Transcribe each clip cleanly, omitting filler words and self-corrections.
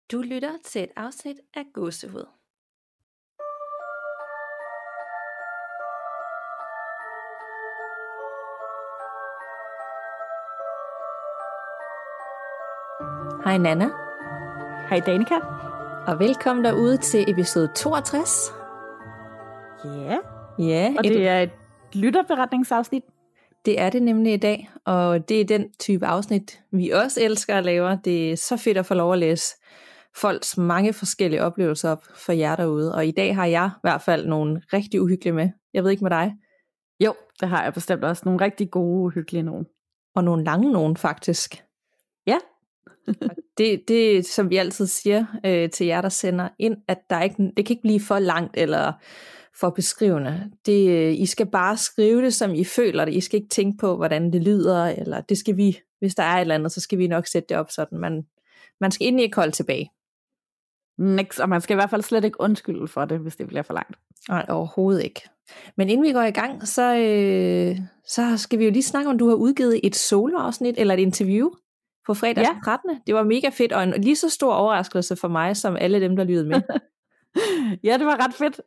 Du lytter til et afsnit af Gåsehud. Hej Nana. Hej Danika. Og velkommen derude til episode 62. Ja, og det er et lytterberetningsafsnit. Det er det nemlig i dag, og det er den type afsnit, vi også elsker at lave. Det er så fedt at få lov at læse folks mange forskellige oplevelser op for jer derude. Og i dag har jeg i hvert fald nogle rigtig uhyggelige med. Jeg ved ikke med dig. Jo, det har jeg bestemt også. Nogle rigtig gode, uhyggelige nogen. Og nogle lange nogen faktisk. Ja. det som vi altid siger til jer, der sender ind, at det kan ikke blive for langt eller for beskrivende. I skal bare skrive det, som I føler det. I skal ikke tænke på, hvordan det lyder, eller det skal vi, hvis der er et eller andet, så skal vi nok sætte det op sådan. Man skal egentlig ikke holde tilbage. Niks, og man skal i hvert fald slet ikke undskylde for det, hvis det bliver for langt. Nej, overhovedet ikke. Men inden vi går i gang, så skal vi jo lige snakke om, du har udgivet et soloafsnit eller et interview på fredag den 13. Det var mega fedt, og en lige så stor overraskelse for mig, som alle dem, der lyttede med. Ja, det var ret fedt.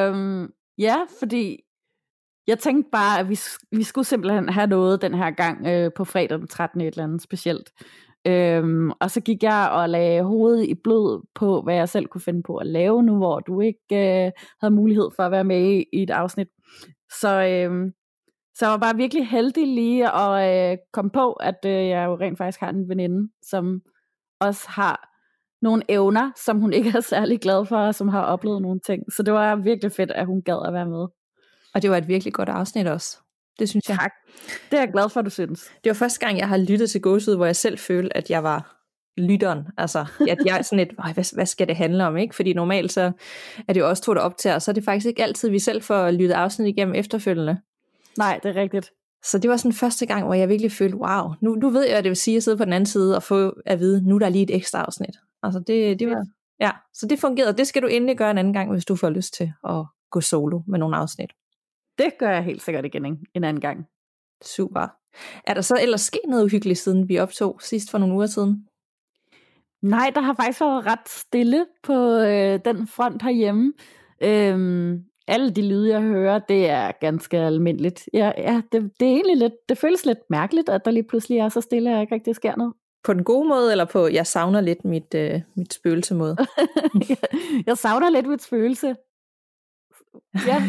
Fordi jeg tænkte bare, at vi skulle simpelthen have noget den her gang på fredag den 13. et eller andet specielt. Og så gik jeg og lagde hovedet i blød på, hvad jeg selv kunne finde på at lave nu, hvor du ikke havde mulighed for at være med i et afsnit. Så jeg var bare virkelig heldig lige at komme på, at jeg jo rent faktisk har en veninde, som også har nogle evner, som hun ikke er særlig glad for, og som har oplevet nogle ting. Så det var virkelig fedt, at hun gad at være med. Og det var et virkelig godt afsnit også. Det synes jeg. Tak. Det er jeg glad for, du synes. Det var første gang, jeg har lyttet til Gåsehud, hvor jeg selv følte, at jeg var lytteren. Altså, at jeg er sådan lidt, hvad skal det handle om, ikke? Fordi normalt så er det jo også to, der optager, og så er det faktisk ikke altid, vi selv får lyttet afsnit igennem efterfølgende. Nej, det er rigtigt. Så det var sådan første gang, hvor jeg virkelig følte, wow, nu ved jeg, hvad det vil sige at sidde på den anden side og få at vide, nu er der lige et ekstra afsnit. Altså det var, ja, så det fungerede. Det skal du endelig gøre en anden gang, hvis du får lyst til at gå solo med nogle afsnit. Det gør jeg helt sikkert igen en anden gang. Super. Er der så ellers sket noget uhyggeligt, siden vi optog sidst for nogle uger siden? Nej, der har faktisk været ret stille på den front herhjemme. Alle de lyde, jeg hører, det er ganske almindeligt. Ja, det er egentlig lidt, det føles lidt mærkeligt, at der lige pludselig er så stille, at jeg ikke rigtig sker noget. På den gode måde, eller på, jeg savner lidt mit spøgelsemåde? Jeg savner lidt mit spøgelse. Ja,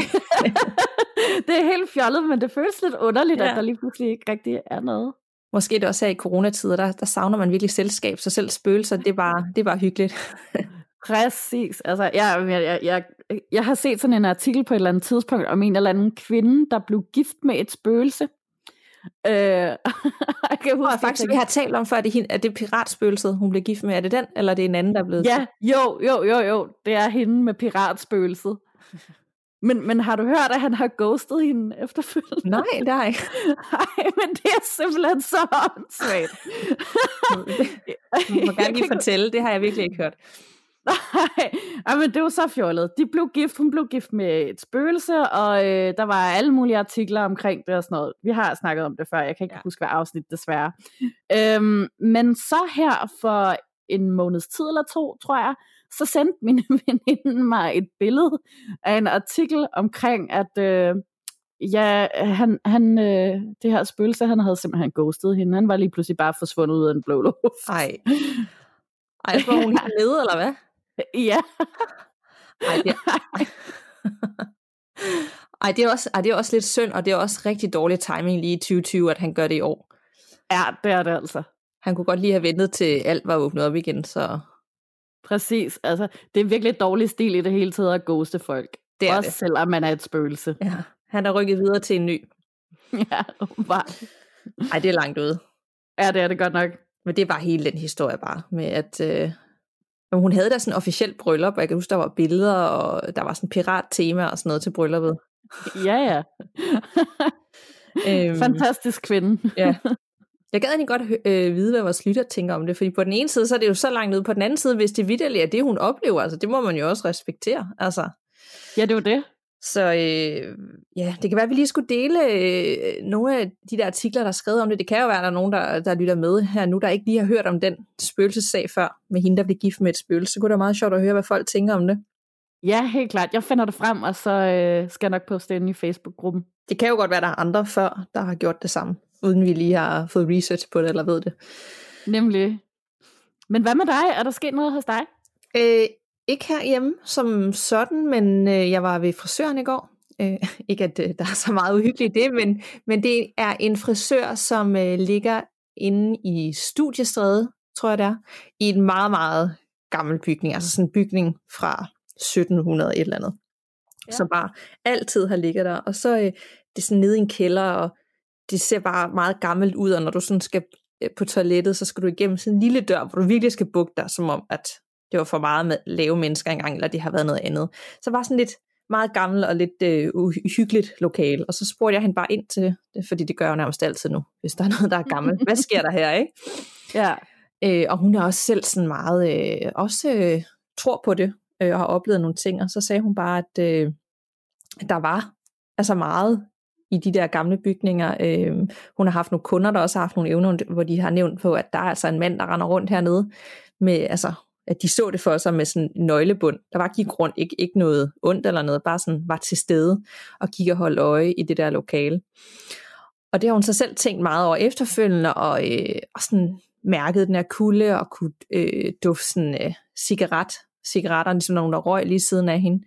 det er helt fjollet, men det føles lidt underligt, at der lige pludselig ikke rigtig er noget. Måske det også her i coronatider, der savner man virkelig selskab, så selv spøgelser, det er bare hyggeligt. Præcis. Altså, jeg har set sådan en artikel på et eller andet tidspunkt om en eller anden kvinde, der blev gift med et spøgelse. Jeg kan huske, faktisk, vi har talt om før, er det piratspøgelset, hun blev gift med. Er det den, eller er det en anden, der er blevet? Ja, jo. Det er hende med piratspøgelset. Men har du hørt, at han har ghostet hende efterfølgende? Nej, det har jeg ikke. Nej, men det er simpelthen så åndssvagt. Du må gerne lige fortælle, det har jeg virkelig ikke hørt. Nej, men det var så fjollet. Hun blev gift med et spøgelse, og der var alle mulige artikler omkring det og sådan noget. Vi har snakket om det før, jeg kan ikke huske hvad afsnit desværre. Men så her for en måneds tid eller to, tror jeg, så sendte min veninde mig et billede af en artikel omkring, at det her spøgelse, han havde simpelthen ghostet hende. Han var lige pludselig bare forsvundet ud af en blå luft. Ej, så var hun nede, eller hvad? Ja. Det er også lidt synd, og det er også rigtig dårlig timing lige i 2020, at han gør det i år. Ja, det er det altså. Han kunne godt lige have ventet til alt var åbnet op igen, så... Præcis, altså det er virkelig dårlig stil i det hele taget at ghoste folk. Det er også det. Selvom man er et spøgelse. Ja, han er rykket videre til en ny. Ja, åbenbart. Ej, det er langt ude. Ja, det er det godt nok. Men det er bare hele den historie bare, med at hun havde da sådan en officielt bryllup, og jeg kan huske, der var billeder, og der var sådan pirattema og sådan noget til brylluppet. Ja. Fantastisk kvinde. Ja. Jeg gad egentlig godt vide, hvad vores lytter tænker om det, fordi på den ene side, så er det jo så langt ude, på den anden side, hvis det vitterligt er det, hun oplever, altså det må man jo også respektere, altså. Ja, det er jo det. Så ja, det kan være, at vi lige skulle dele nogle af de der artikler, der er skrevet om det. Det kan jo være, at der er nogen, der lytter med her nu, der ikke lige har hørt om den spøgelsessag før, med hende, der blev gift med et spøgelse. Så kunne det være meget sjovt at høre, hvad folk tænker om det. Ja, helt klart. Jeg finder det frem, og så skal jeg nok poste ind i Facebook-gruppen. Det kan jo godt være, at der er andre før, der har gjort det samme, uden vi lige har fået research på det, eller ved det. Nemlig. Men hvad med dig? Er der sket noget hos dig? Ikke herhjemme som sådan, men jeg var ved frisøren i går. Ikke at der er så meget uhyggeligt i det, men det er en frisør, som ligger inde i Studiestræde, tror jeg det er, i en meget, meget gammel bygning, altså sådan en bygning fra 1700 et eller andet, som bare altid har ligget der, og så det er sådan nede i en kælder, og det ser bare meget gammelt ud, og når du sådan skal på toilettet, så skal du igennem sådan en lille dør, hvor du virkelig skal bukke dig, som om at det var for meget med lave mennesker engang, eller det har været noget andet. Så var sådan lidt meget gammel og lidt uhyggeligt lokale, og så spurgte jeg hende bare ind til det, fordi det gør jeg jo nærmest altid nu, hvis der er noget, der er gammelt. Hvad sker der her, ikke? Ja. Og hun er også selv sådan meget, tror på det, og har oplevet nogle ting, og så sagde hun bare, at der var altså meget i de der gamle bygninger. Hun har haft nogle kunder, der også har haft nogle evner, hvor de har nævnt på, at der er altså en mand, der render rundt hernede, med, altså, at de så det for sig med sådan en nøglebund. Der var gik rundt, ikke noget ondt eller noget, bare sådan var til stede og kigge og holde øje i det der lokale. Og det har hun så selv tænkt meget over efterfølgende, og sådan mærket den her kulde, og kunne dufte sådan cigaretter, ligesom nogen, der røg lige siden af hende.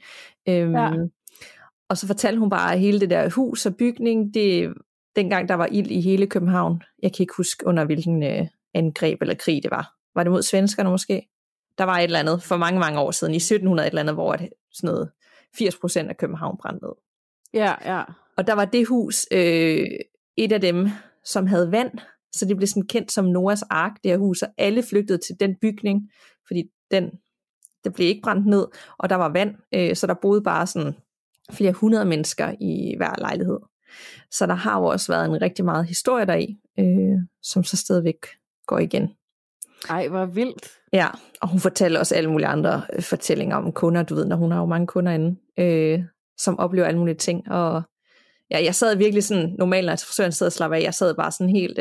Og så fortalte hun bare, at hele det der hus og bygning, dengang der var ild i hele København, jeg kan ikke huske under hvilken angreb eller krig det var. Var det mod svenskerne måske? Der var et eller andet for mange, mange år siden, i 1700 et eller andet, hvor sådan noget 80% af København brændte ned. Ja. Og der var det hus, et af dem, som havde vand, så det blev sådan kendt som Noahs ark, det her hus, og alle flygtede til den bygning, fordi der blev ikke brændt ned, og der var vand, så der boede bare sådan flere 100 mennesker i hver lejlighed. Så der har jo også været en rigtig meget historie deri, som så stadigvæk går igen. Ej, hvor vildt. Ja, og hun fortæller også alle mulige andre fortællinger om kunder, du ved, når hun har jo mange kunder inde, som oplever alle mulige ting, og ja, jeg sad virkelig sådan, normalt når frisøren sidder og slapper af, jeg sad bare sådan helt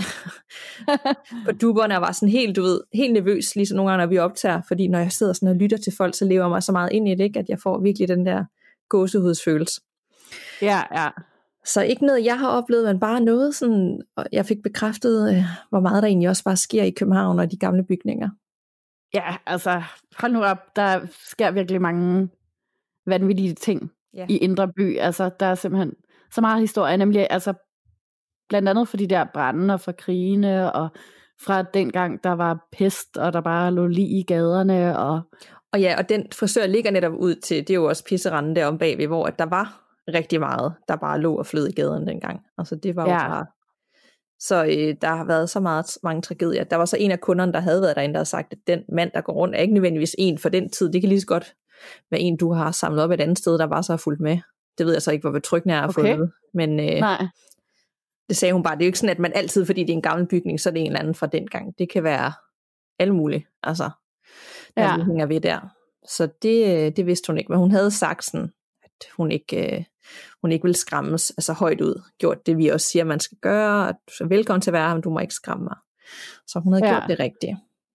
på duberne, og var sådan helt, du ved, helt nervøs, ligesom nogle gange, når vi optager, fordi når jeg sidder sådan og lytter til folk, så lever jeg mig så meget ind i det, ikke, at jeg får virkelig den der gåsehudsfølelse. Ja. Så ikke noget, jeg har oplevet, men bare noget sådan, og jeg fik bekræftet, hvor meget der egentlig også bare sker i København og de gamle bygninger. Ja, altså, hold nu op, der sker virkelig mange vanvittige ting i Indre By. Altså, der er simpelthen så meget historie, nemlig altså, blandt andet for de der brande og for krigene, og fra dengang, der var pest, og der bare lå lig i gaderne. Og ja, og den frisør ligger netop ud til, det er jo også pisseranden derom bagved, hvor at der var rigtig meget, der bare lå og flød i gaderne dengang. Altså det var jo bare... Så der har været så mange tragedier. Der var så en af kunderne, der havde været derinde, der havde sagt, at den mand, der går rundt, er ikke nødvendigvis en for den tid. Det kan lige så godt være en, du har samlet op et andet sted, der bare så har fulgt med. Det ved jeg så ikke, hvor betryggende er at få det. Men det sagde hun bare. Det er jo ikke sådan, at man altid, fordi det er en gammel bygning, så er det en eller anden fra dengang. Det kan være alle muligt, altså, når vi hænger ved der. Så det vidste hun ikke. Men hun havde sagt sådan, at hun ikke ville skræmmes altså højt ud. Gjort det, vi også siger, man skal gøre. At du er velkommen til at være her, men du må ikke skræmme mig. Så hun havde gjort det rigtigt.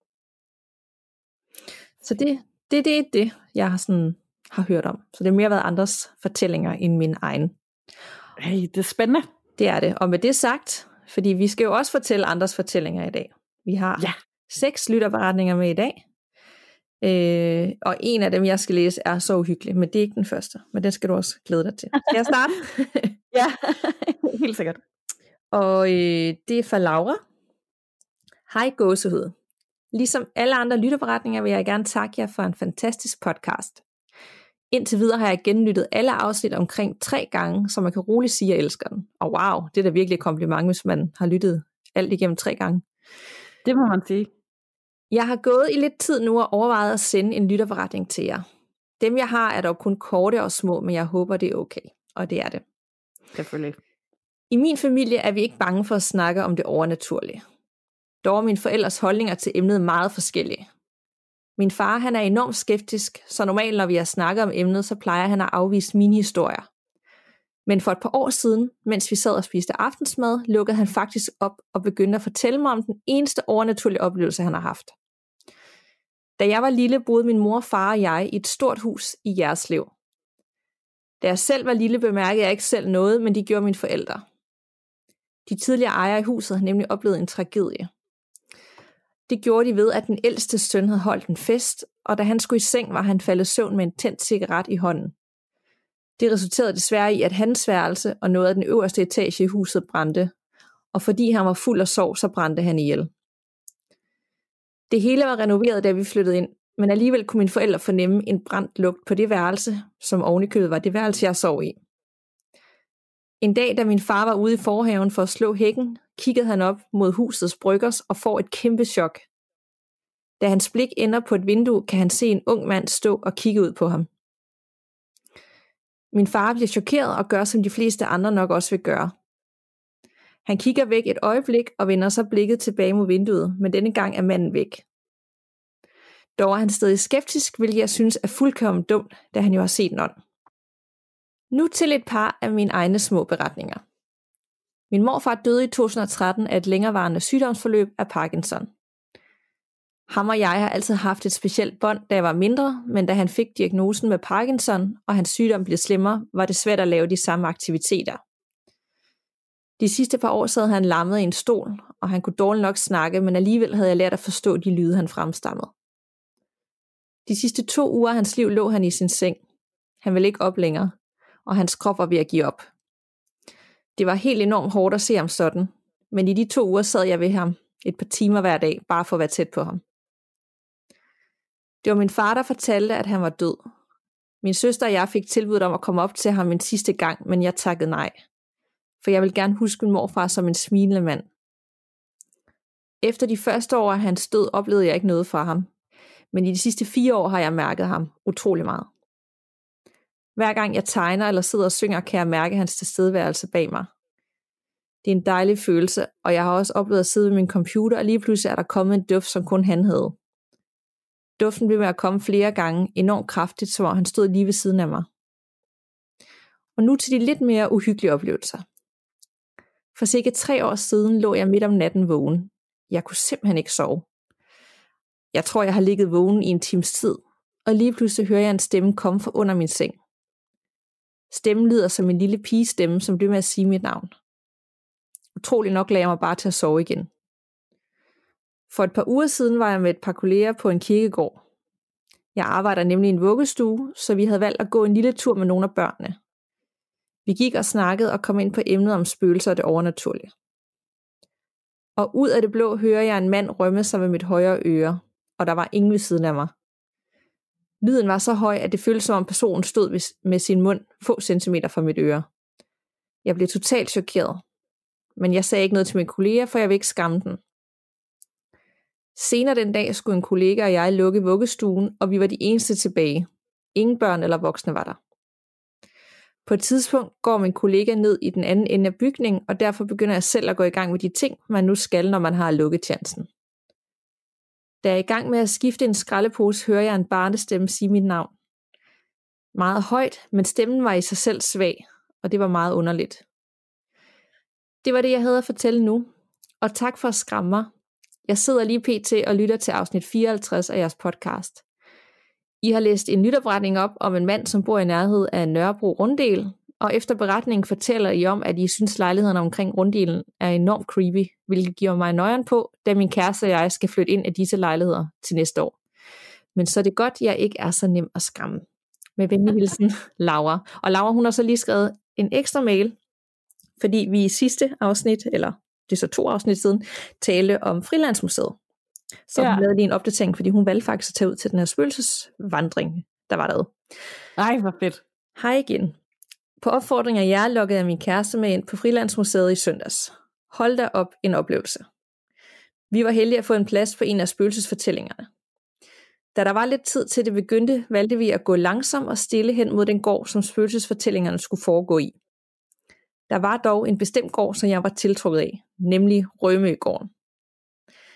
Så det jeg har hørt om. Så det har mere været andres fortællinger end min egen. Hey, det er spændende. Det er det. Og med det sagt, fordi vi skal jo også fortælle andres fortællinger i dag. Vi har 6 lytterberetninger med i dag. Og en af dem, jeg skal læse, er så uhyggelig, men det er ikke den første. Men den skal du også glæde dig til. Skal jeg starte? Ja, helt sikkert. Og det er fra Laura. Hej gåsehud. Ligesom alle andre lytterberetninger vil jeg gerne takke jer for en fantastisk podcast. Indtil videre har jeg genlyttet alle afsnit omkring 3 gange, så man kan roligt sige, at jeg elsker den. Og wow, det er da virkelig et kompliment, hvis man har lyttet alt igennem 3 gange. Det må man sige. Jeg har gået i lidt tid nu og overvejet at sende en lytterberetning til jer. Dem jeg har er dog kun korte og små, men jeg håber det er okay. Og det er det. Selvfølgelig. I min familie er vi ikke bange for at snakke om det overnaturlige. Dog er mine forældres holdninger til emnet meget forskellige. Min far han er enormt skeptisk, så normalt når vi har snakket om emnet, så plejer han at afvise mine historier. Men for et par år siden, mens vi sad og spiste aftensmad, lukkede han faktisk op og begyndte at fortælle mig om den eneste overnaturlige oplevelse, han har haft. Da jeg var lille, boede min mor, far og jeg i et stort hus i Jerslev. Da jeg selv var lille, bemærkede jeg ikke selv noget, men de gjorde mine forældre. De tidligere ejere i huset havde nemlig oplevet en tragedie. Det gjorde de ved, at den ældste søn havde holdt en fest, og da han skulle i seng, var han faldet i søvn med en tændt cigaret i hånden. Det resulterede desværre i, at hans værelse og noget af den øverste etage i huset brændte, og fordi han var fuld af sorg, så brændte han ihjel. Det hele var renoveret, da vi flyttede ind, men alligevel kunne mine forældre fornemme en brændt lugt på det værelse, som ovenikøbet var det værelse, jeg sov i. En dag, da min far var ude i forhaven for at slå hækken, kiggede han op mod husets bryggers og får et kæmpe chok. Da hans blik ender på et vindue, kan han se en ung mand stå og kigge ud på ham. Min far bliver chokeret og gør, som de fleste andre nok også vil gøre. Han kigger væk et øjeblik og vender så blikket tilbage mod vinduet, men denne gang er manden væk. Dog er han stadig skeptisk, hvilket jeg synes er fuldkommen dumt, da han jo har set en ånd. Nu til et par af mine egne små beretninger. Min morfar døde i 2013 af et længerevarende sygdomsforløb af Parkinson. Ham og jeg har altid haft et specielt bånd, da jeg var mindre, men da han fik diagnosen med Parkinson, og hans sygdom blev slemmere, var det svært at lave de samme aktiviteter. De sidste par år sad han lammet i en stol, og han kunne dårligt nok snakke, men alligevel havde jeg lært at forstå de lyde, han fremstammede. De sidste 2 uger af hans liv lå han i sin seng. Han ville ikke op længere, og hans krop var ved at give op. Det var helt enormt hårdt at se ham sådan, men i de 2 uger sad jeg ved ham et par timer hver dag, bare for at være tæt på ham. Det var min far, der fortalte, at han var død. Min søster og jeg fik tilbudt om at komme op til ham en sidste gang, men jeg takkede nej. For jeg vil gerne huske min morfar som en smilende mand. Efter de første år af hans død oplevede jeg ikke noget fra ham, men i de sidste 4 år har jeg mærket ham utrolig meget. Hver gang jeg tegner eller sidder og synger, kan jeg mærke hans tilstedeværelse bag mig. Det er en dejlig følelse, og jeg har også oplevet at sidde ved min computer, og lige pludselig er der kommet en duft, som kun han havde. Duften blev med at komme flere gange, enormt kraftigt, så han stod lige ved siden af mig. Og nu til de lidt mere uhyggelige oplevelser. For cirka 3 år siden lå jeg midt om natten vågen. Jeg kunne simpelthen ikke sove. Jeg tror, jeg har ligget vågen i en times tid, og lige pludselig hører jeg en stemme komme fra under min seng. Stemmen lyder som en lille pigestemme, som blev med at sige mit navn. Utrolig nok lagde jeg mig bare til at sove igen. For et par uger siden var jeg med et par kolleger på en kirkegård. Jeg arbejder nemlig i en vuggestue, så vi havde valgt at gå en lille tur med nogle af børnene. Vi gik og snakkede og kom ind på emnet om spøgelser og det overnaturlige. Og ud af det blå hører jeg en mand rømme sig ved mit højre øre, og der var ingen ved siden af mig. Lyden var så høj, at det føltes som om personen stod med sin mund få centimeter fra mit øre. Jeg blev totalt chokeret, men jeg sagde ikke noget til mine kolleger, for jeg ville ikke skamme den. Senere den dag skulle en kollega og jeg lukke vuggestuen, og vi var de eneste tilbage. Ingen børn eller voksne var der. På et tidspunkt går min kollega ned i den anden ende af bygningen, og derfor begynder jeg selv at gå i gang med de ting, man nu skal, når man har lukket chancen. Da jeg er i gang med at skifte en skraldepose, hører jeg en barnestemme sige mit navn. Meget højt, men stemmen var i sig selv svag, og det var meget underligt. Det var det, jeg havde at fortælle nu, og tak for at skræmme mig. Jeg sidder lige pt. Og lytter til afsnit 54 af jeres podcast. I har læst en lytopretning op om en mand, som bor i nærhed af Nørrebro Runddel, og efter beretningen fortæller I om, at I synes lejlighederne omkring Runddelen er enormt creepy, hvilket giver mig nøjeren på, da min kæreste og jeg skal flytte ind af disse lejligheder til næste år. Men så er det godt, jeg ikke er så nem at skræmme. Med venlig hilsen, Laura. Og Laura, hun har så lige skrevet en ekstra mail, fordi vi i sidste afsnit, eller det er så 2 afsnit siden, talte om Frilandsmuseet. Så hun lavede lige en opdatering, fordi hun valgte faktisk at tage ud til den her spøgelsesvandring, der var derude. Ej, hvor fedt. Hej igen. På opfordring af jer lukkede jeg min kæreste med ind på Frilandsmuseet i søndags. Hold da op, en oplevelse. Vi var heldige at få en plads på en af spøgelsesfortællingerne. Da der var lidt tid til det begyndte, valgte vi at gå langsomt og stille hen mod den gård, som spøgelsesfortællingerne skulle foregå i. Der var dog en bestemt gård, som jeg var tiltrukket af, nemlig Rømøgården.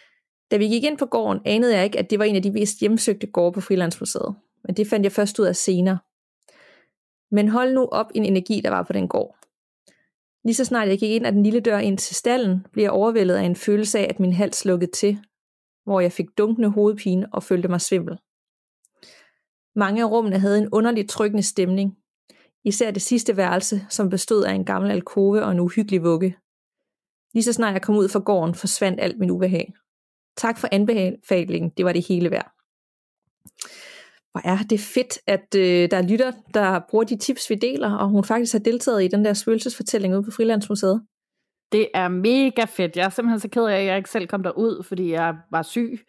Da vi gik ind på gården, anede jeg ikke, at det var en af de mest hjemsøgte gårde på Frilandsmuseet. Men det fandt jeg først ud af senere. Men hold nu op en energi, der var på den gård. Lige så snart jeg gik ind ad den lille dør ind til stallen, blev jeg overvældet af en følelse af, at min hals slukkede til, hvor jeg fik dunkende hovedpine og følte mig svimmel. Mange af rummene havde en underligt trykkende stemning. Især det sidste værelse, som bestod af en gammel alkove og en uhyggelig vugge. Lige så snart jeg kom ud fra gården, forsvandt alt min ubehag. Tak for anbefalingen, det var det hele værd. Hvor er det fedt, at der er lytter, der bruger de tips, vi deler, og hun faktisk har deltaget i den der spøgelsesfortælling ude på Frilandsmuseet. Det er mega fedt. Jeg er simpelthen så ked af, at jeg ikke selv kom derud, fordi jeg var syg.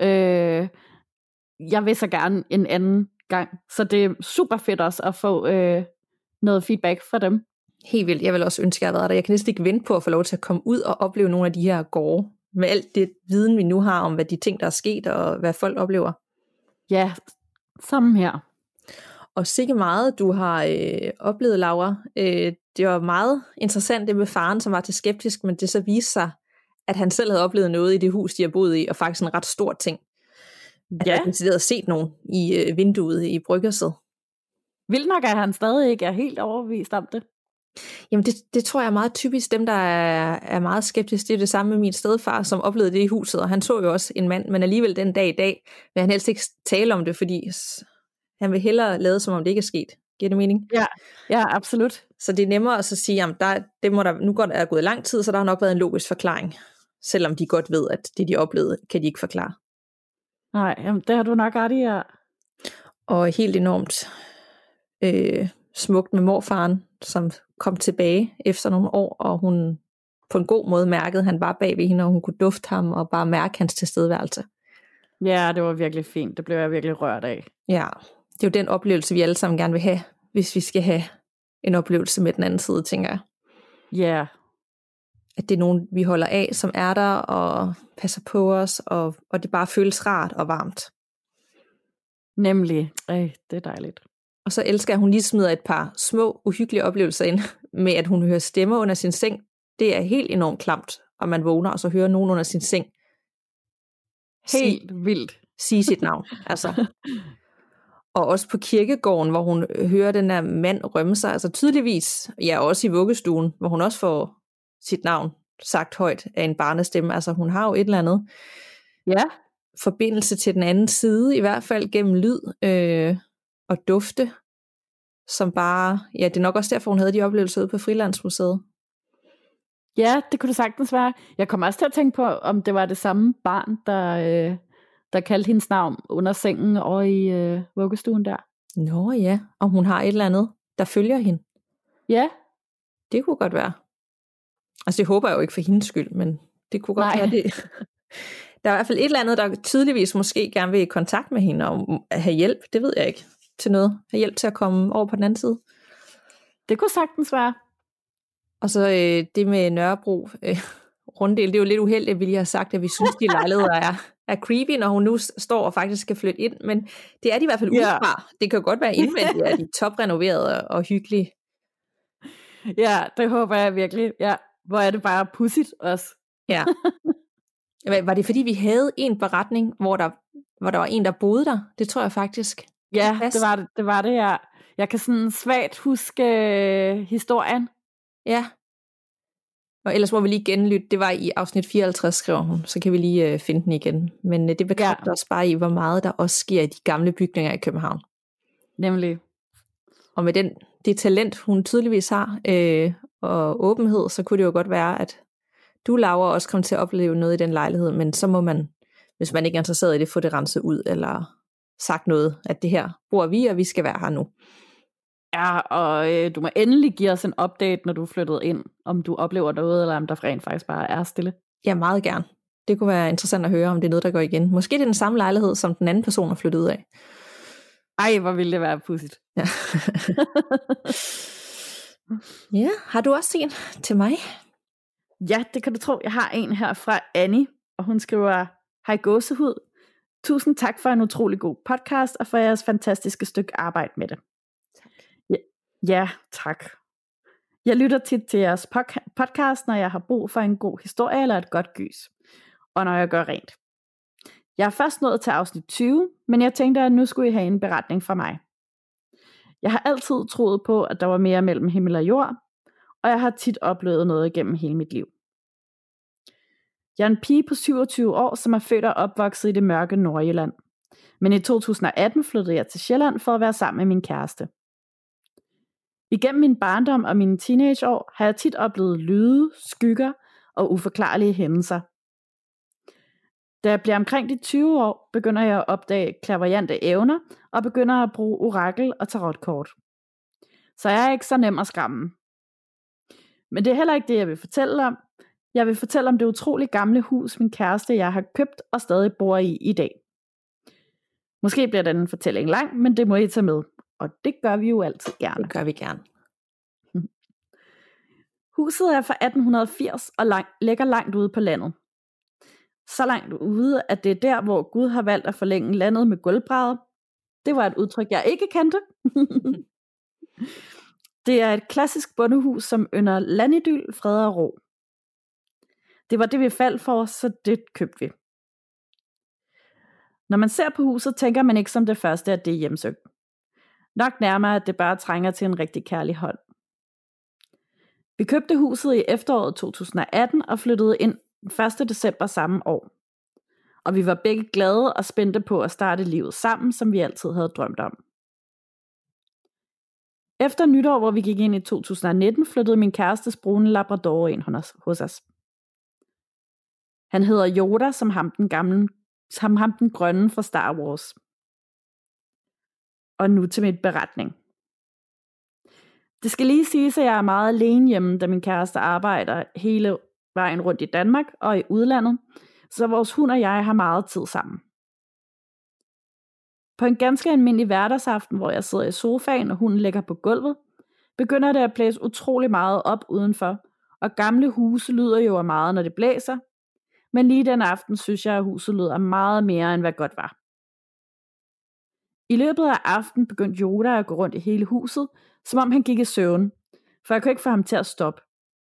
Jeg vil så gerne en anden gang. Så det er super fedt også at få noget feedback fra dem. Helt vildt. Jeg vil også ønske, at jeg havde været der. Jeg kan næsten ikke vente på at få lov til at komme ud og opleve nogle af de her gårde. Med alt det viden, vi nu har om, hvad de ting, der er sket, og hvad folk oplever. Ja, sammen her. Og sikke meget, du har oplevet, Laura. Det var meget interessant det med faren, som var til skeptisk, men det så viste sig, at han selv havde oplevet noget i det hus, de har boet i, og faktisk en ret stor ting. Ja. At han havde set nogen i vinduet i bryggerset. Vildt nok, at han stadig ikke er helt overbevist om det. Jamen det tror jeg er meget typisk dem, der er meget skeptiske. Det er det samme med min stedfar, som oplevede det i huset, og han så jo også en mand, men alligevel den dag i dag vil han helst ikke tale om det, fordi han vil hellere lade, som om det ikke er sket. Giver det mening? Ja, absolut. Så det er nemmere at så sige, at nu er gået lang tid, så der har nok været en logisk forklaring, selvom de godt ved, at det de oplevede, kan de ikke forklare. Nej, jamen, det har du nok ret i, ja. Og helt enormt smukt med morfaren, som kom tilbage efter nogle år, og hun på en god måde mærkede, at han var bag ved hende, og hun kunne dufte ham, og bare mærke hans tilstedeværelse. Ja, det var virkelig fint. Det blev jeg virkelig rørt af. Ja, det er jo den oplevelse, vi alle sammen gerne vil have, hvis vi skal have en oplevelse med den anden side, tænker jeg. Ja. At det er nogen, vi holder af, som er der, og passer på os, og det bare føles rart og varmt. Nemlig. Det er dejligt. Og så elsker jeg, at hun lige smider et par små, uhyggelige oplevelser ind, med at hun hører stemmer under sin seng. Det er helt enormt klamt, og man vågner, og så hører nogen under sin seng. Helt vildt. Sige sit navn, altså. Og også på kirkegården, hvor hun hører den der mand rømme sig, altså tydeligvis, ja, også i vuggestuen, hvor hun også får sit navn sagt højt af en barnestemme. Altså hun har jo et eller andet forbindelse til den anden side, i hvert fald gennem lyd og dufte, som bare, ja, det er nok også derfor, hun havde de oplevelser ude på Frilandsmuseet. Ja, det kunne det sagtens være. Jeg kommer også til at tænke på, om det var det samme barn, der kaldte hendes navn under sengen over i vuggestuen der. Nå ja, om hun har et eller andet, der følger hende. Ja. Det kunne godt være. Altså det håber jeg jo ikke for hendes skyld, men det kunne godt være det. Der er i hvert fald et eller andet, der tydeligvis måske gerne vil i kontakt med hende og have hjælp, det ved jeg ikke, til noget. Have hjælp til at komme over på den anden side. Det kunne sagtens være. Og så det med Nørrebro runddel, det er jo lidt uheldigt, at vi lige har sagt, at vi synes, de lejligheder er creepy, når hun nu står og faktisk skal flytte ind, men det er de i hvert fald udefra. Det kan godt være indvendigt, at de er toprenoverede og hyggelige. Ja, det håber jeg virkelig. Ja, hvor er det bare pudsigt også. Ja. Var det fordi, vi havde en beretning, hvor der var en, der boede der? Det tror jeg faktisk. Ja, det var det, ja. Jeg kan sådan svagt huske historien. Ja. Og ellers må vi lige genlytte. Det var i afsnit 54, skriver hun. Så kan vi lige finde den igen. Men det bekræfter også bare i, hvor meget der også sker i de gamle bygninger i København. Nemlig. Og med det talent, hun tydeligvis har, og åbenhed, så kunne det jo godt være, at du, Laura, også kom til at opleve noget i den lejlighed, men så må man, hvis man ikke er interesseret i det, få det renset ud, eller sagt noget, at det her bor vi, og vi skal være her nu. Ja, og du må endelig give os en update, når du er flyttet ind, om du oplever noget, eller om der rent faktisk bare er stille. Ja, meget gerne. Det kunne være interessant at høre, om det er noget, der går igen. Måske det er den samme lejlighed, som den anden person har flyttet ud af. Ej, hvor ville det være pudsigt. Ja. Ja, har du også en til mig? Ja, det kan du tro. Jeg har en her fra Annie, og hun skriver, hej gåsehud. Tusind tak for en utrolig god podcast, og for jeres fantastiske stykke arbejde med det. Tak. Ja, tak. Jeg lytter tit til jeres podcast, når jeg har brug for en god historie eller et godt gys, og når jeg gør rent. Jeg er først nået til afsnit 20, men jeg tænkte, at nu skulle I have en beretning fra mig. Jeg har altid troet på, at der var mere mellem himmel og jord, og jeg har tit oplevet noget gennem hele mit liv. Jeg er en pige på 27 år, som er født og opvokset i det mørke Nordjylland. Men i 2018 flyttede jeg til Sjælland for at være sammen med min kæreste. Igennem min barndom og mine teenageår har jeg tit oplevet lyde, skygger og uforklarlige hændelser. Da jeg bliver omkring de 20 år, begynder jeg at opdage clairvoyante evner og begynder at bruge orakel og tarotkort. Så jeg er ikke så nem at skræmme. Men det er heller ikke det, jeg vil fortælle om. Jeg vil fortælle om det utroligt gamle hus, min kæreste og jeg har købt og stadig bor i dag. Måske bliver den fortælling lang, men det må I tage med. Og det gør vi jo altid gerne. Det gør vi gerne. Huset er fra 1880 og ligger langt ude på landet. Så langt ude, at det er der, hvor Gud har valgt at forlænge landet med gulvbrædder. Det var et udtryk, jeg ikke kendte. Det er et klassisk bondehus, som ynder landidyl, fred og ro. Det var det, vi faldt for, så det købte vi. Når man ser på huset, tænker man ikke som det første, at det er hjemsøgt. Nok nærmere, at det bare trænger til en rigtig kærlig hånd. Vi købte huset i efteråret 2018 og flyttede ind 1. december samme år. Og vi var begge glade og spændte på at starte livet sammen, som vi altid havde drømt om. Efter nytår, hvor vi gik ind i 2019, flyttede min kærestes brune labrador ind hos os. Han hedder Yoda, som ham den grønne fra Star Wars. Og nu til mit beretning. Det skal lige siges, at jeg er meget alene hjemme, da min kæreste arbejder hele vejen rundt i Danmark og i udlandet, så vores hund og jeg har meget tid sammen. På en ganske almindelig hverdagsaften, hvor jeg sidder i sofaen og hunden ligger på gulvet, begynder det at blæse utrolig meget op udenfor, og gamle huse lyder jo meget, når det blæser, men lige den aften synes jeg, at huset lyder meget mere, end hvad godt var. I løbet af aftenen begyndte Yoda at gå rundt i hele huset, som om han gik i søvn, for jeg kunne ikke få ham til at stoppe.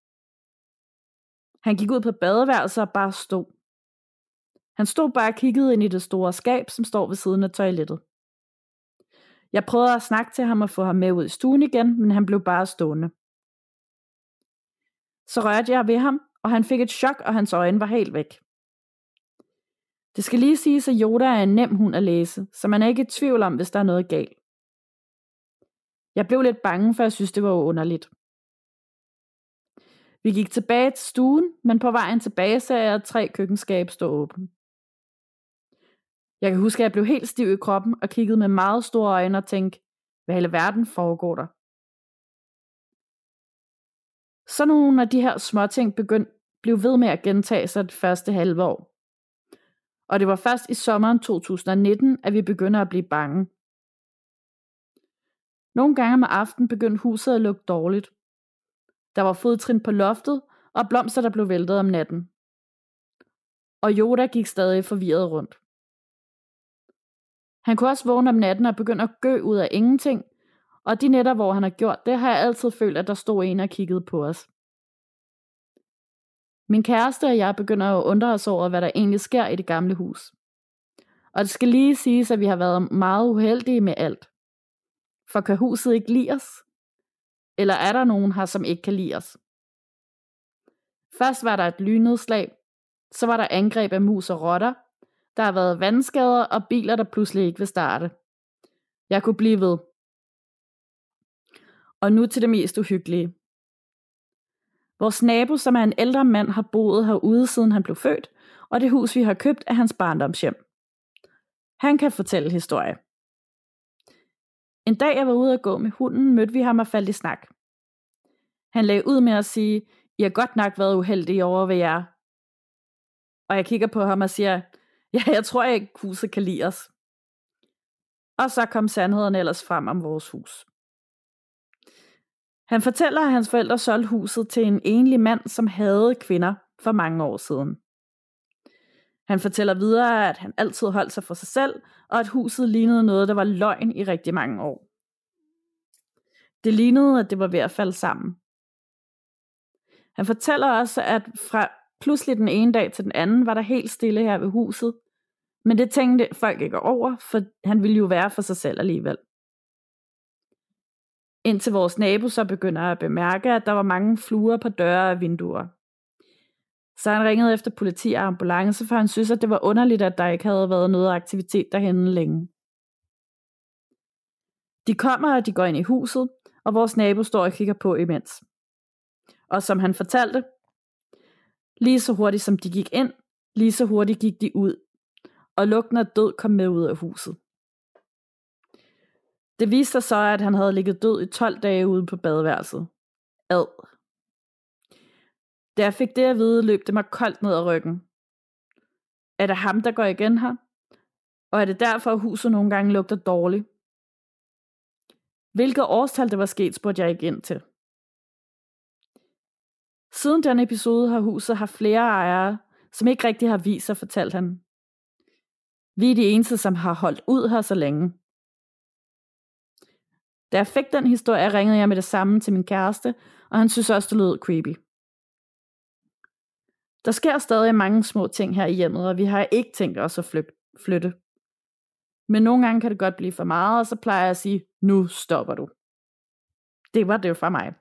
Han gik ud på badeværelset og bare stod. Han stod bare og kiggede ind i det store skab, som står ved siden af toilettet. Jeg prøvede at snakke til ham og få ham med ud i stuen igen, men han blev bare stående. Så rørte jeg ved ham, og han fik et chok, og hans øjne var helt væk. Det skal lige siges, at Yoda er en nem hund at læse, så man er ikke i tvivl om, hvis der er noget galt. Jeg blev lidt bange, for jeg synes, det var underligt. Vi gik tilbage til stuen, men på vejen tilbage så jeg 3 køkkenskab stå åbent. Jeg kan huske, at jeg blev helt stiv i kroppen og kiggede med meget store øjne og tænkte, hvad hele verden foregår der? Så nogle af de her småting blev ved med at gentage sig det første halve år. Og det var først i sommeren 2019, at vi begynder at blive bange. Nogle gange om aftenen begyndte huset at lugte dårligt. Der var fodtrin på loftet, og blomster, der blev væltet om natten. Og Yoda gik stadig forvirret rundt. Han kunne også vågne om natten og begynde at gø ud af ingenting, og de nætter, hvor han har gjort det, har jeg altid følt, at der stod en og kiggede på os. Min kæreste og jeg begynder at undre os over, hvad der egentlig sker i det gamle hus. Og det skal lige siges, at vi har været meget uheldige med alt. For kan huset ikke lide os? Eller er der nogen her, som ikke kan lide os? Først var der et lynnedslag, så var der angreb af mus og rotter, der har været vandskader og biler, der pludselig ikke vil starte. Jeg kunne blive ved. Og nu til det mest uhyggelige. Vores nabo, som er en ældre mand, har boet herude, siden han blev født, og det hus, vi har købt, er hans barndomshjem. Han kan fortælle historie. En dag, jeg var ude at gå med hunden, mødte vi ham og faldt i snak. Han lagde ud med at sige, I har godt nok været uheldige over ved jer. Og jeg kigger på ham og siger, ja, jeg tror ikke, huset kan lide os. Og så kom sandheden ellers frem om vores hus. Han fortæller, at hans forældre solgte huset til en enlig mand, som hadede kvinder for mange år siden. Han fortæller videre, at han altid holdt sig for sig selv, og at huset lignede noget, der var løgn i rigtig mange år. Det lignede, at det var ved at falde sammen. Han fortæller også, at fra pludselig den ene dag til den anden, var der helt stille her ved huset, Men det tænkte folk ikke over, for han ville jo være for sig selv alligevel. Indtil vores nabo så begynder at bemærke, at der var mange fluer på døre og vinduer. Så han ringede efter politi og ambulance, for han synes, at det var underligt, at der ikke havde været noget aktivitet derhenne længe. De kommer, og de går ind i huset, og vores nabo står og kigger på imens. Og som han fortalte, lige så hurtigt som de gik ind, lige så hurtigt gik de ud, og lugten af død kom med ud af huset. Det viste sig så, at han havde ligget død i 12 dage ude på badeværelset. Ad. Da jeg fik det at vide, løb det mig koldt ned ad ryggen. Er det ham, der går igen her? Og er det derfor, at huset nogle gange lugter dårligt? Hvilket årstal det var sket, spurgte jeg ikke ind til. Siden den episode har huset haft flere ejere, som ikke rigtig har vist sig, fortalte han. Vi er de eneste, som har holdt ud her så længe. Da jeg fik den historie, ringede jeg med det samme til min kæreste, og han synes også, det lød creepy. Der sker stadig mange små ting her i hjemmet, og vi har ikke tænkt os at flytte. Men nogle gange kan det godt blive for meget, og så plejer jeg at sige, nu stopper du. Det var det jo fra mig.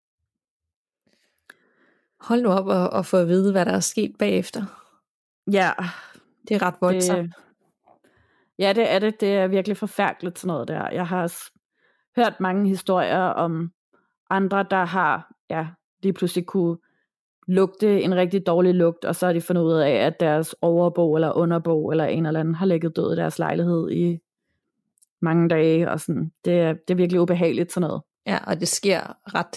Hold nu op og få at vide, hvad der er sket bagefter. Ja. Det er ret voldsomt. Ja, det er det. Det er virkelig forfærdeligt sådan noget der. Jeg har hørt mange historier om andre, der har lige pludselig kunne lugte en rigtig dårlig lugt, og så har de fundet ud af, at deres overbo eller underbo eller en eller anden har ligget død i deres lejlighed i mange dage, og sådan. Det er virkelig ubehageligt sådan noget. Ja, og det sker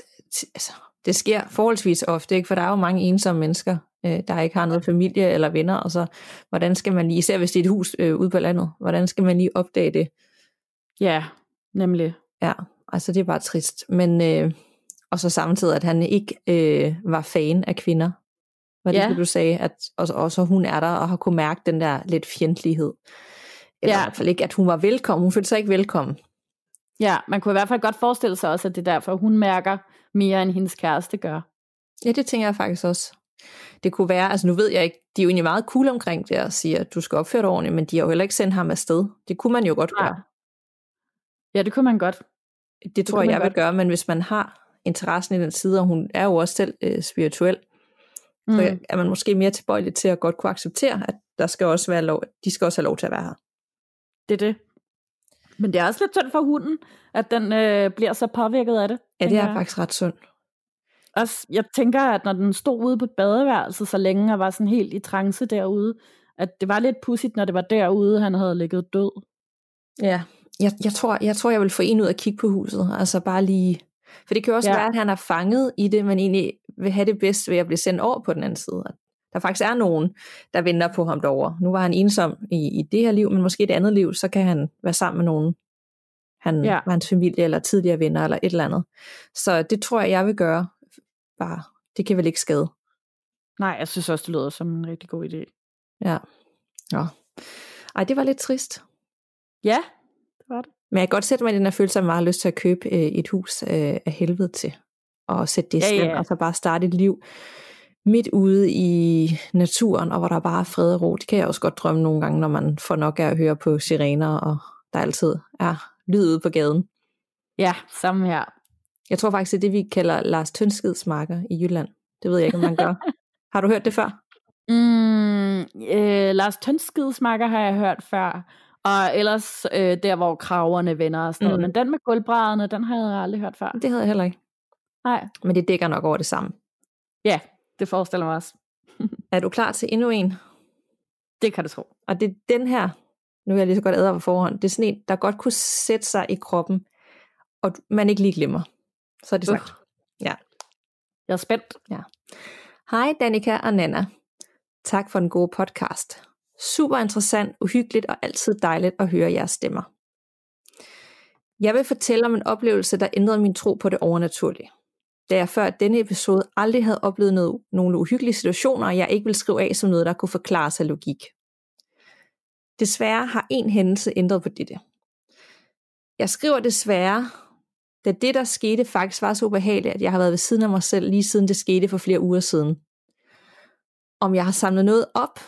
det sker forholdsvis ofte, ikke? For der er jo mange ensomme mennesker, der ikke har noget familie eller venner, og så hvordan skal man lige, især hvis det er et hus ude på landet, hvordan skal man lige opdage det? Ja, nemlig. Ja, altså det er bare trist. Men og så samtidig, at han ikke var fan af kvinder. Var det, du sagde, at også hun er der og har kunne mærke den der lidt fjendtlighed. Eller i hvert fald ikke, at hun var velkommen. Hun følte sig ikke velkommen. Ja, man kunne i hvert fald godt forestille sig også, at det er derfor, hun mærker mere, end hendes kæreste gør. Ja, det tænker jeg faktisk også. Det kunne være, altså nu ved jeg ikke, de er jo egentlig meget cool omkring det og siger, at du skal opføre dig ordentligt, men de har jo heller ikke sendt ham afsted. Det kunne man jo godt gøre. Ja, det kunne man godt. Det tror jeg vil gøre, men hvis man har interessen i den side, og hun er jo også selv spirituel, så er man måske mere tilbøjelig til at godt kunne acceptere, at der skal også være lov, de skal også have lov til at være her. Det er det. Men det er også lidt synd for hunden, at den bliver så påvirket af det. Ja, det er faktisk ret synd. Også, jeg tænker, at når den stod ude på badeværelset så længe, og var sådan helt i trance derude, at det var lidt pudsigt, når det var derude, han havde ligget død. Ja, jeg tror, jeg vil få en ud at kigge på huset. Altså bare lige. For det kan jo også være, at han er fanget i det, men egentlig vil have det bedst ved at blive sendt over på den anden side. Der faktisk er nogen, der venter på ham derovre. Nu var han ensom i det her liv, men måske i det andet liv, så kan han være sammen med nogen. Han var hans familie, eller tidligere venner, eller et eller andet. Så det tror jeg vil gøre. Bare, det kan vel ikke skade. Nej, jeg synes også, det lyder som en rigtig god idé. Ja. Ej, det var lidt trist. Ja, det var det. Men jeg kan godt sætte mig i den her følelse, at jeg har lyst til at købe et hus af helvede til. Og sætte det i stand, og så bare starte et liv midt ude i naturen, og hvor der bare er fred og ro. Det kan jeg også godt drømme nogle gange, når man får nok af at høre på sirener, og der altid er lyd ude på gaden. Ja, samme her. Jeg tror faktisk, det er det, vi kalder Lars Tønskeds marker i Jylland. Det ved jeg ikke, om man gør. Har du hørt det før? Lars Tønskeds marker har jeg hørt før. Og ellers der, hvor kraverne vender og sådan noget. Men den med gulvbrædderne, den har jeg aldrig hørt før. Det havde jeg heller ikke. Nej. Men det dækker nok over det samme. Ja, det forestiller mig også. Er du klar til endnu en? Det kan du tro. Og det er den her, nu er jeg lige så godt advaret på forhånd, det er sådan en, der godt kunne sætte sig i kroppen, og man ikke lige glemmer. Så er det sagt. Ja. Jeg er spændt. Ja. Hej Danika og Nana. Tak for den gode podcast. Super interessant, uhyggeligt og altid dejligt at høre jeres stemmer. Jeg vil fortælle om en oplevelse, der ændrede min tro på det overnaturlige. Da jeg før denne episode aldrig havde oplevet nogle uhyggelige situationer, jeg ikke ville skrive af som noget, der kunne forklares af logik. Desværre har en hændelse ændret på dette. Jeg skriver desværre, da det, der skete, faktisk var så ubehageligt, at jeg har været ved siden af mig selv, lige siden det skete for flere uger siden. Om jeg har samlet noget op,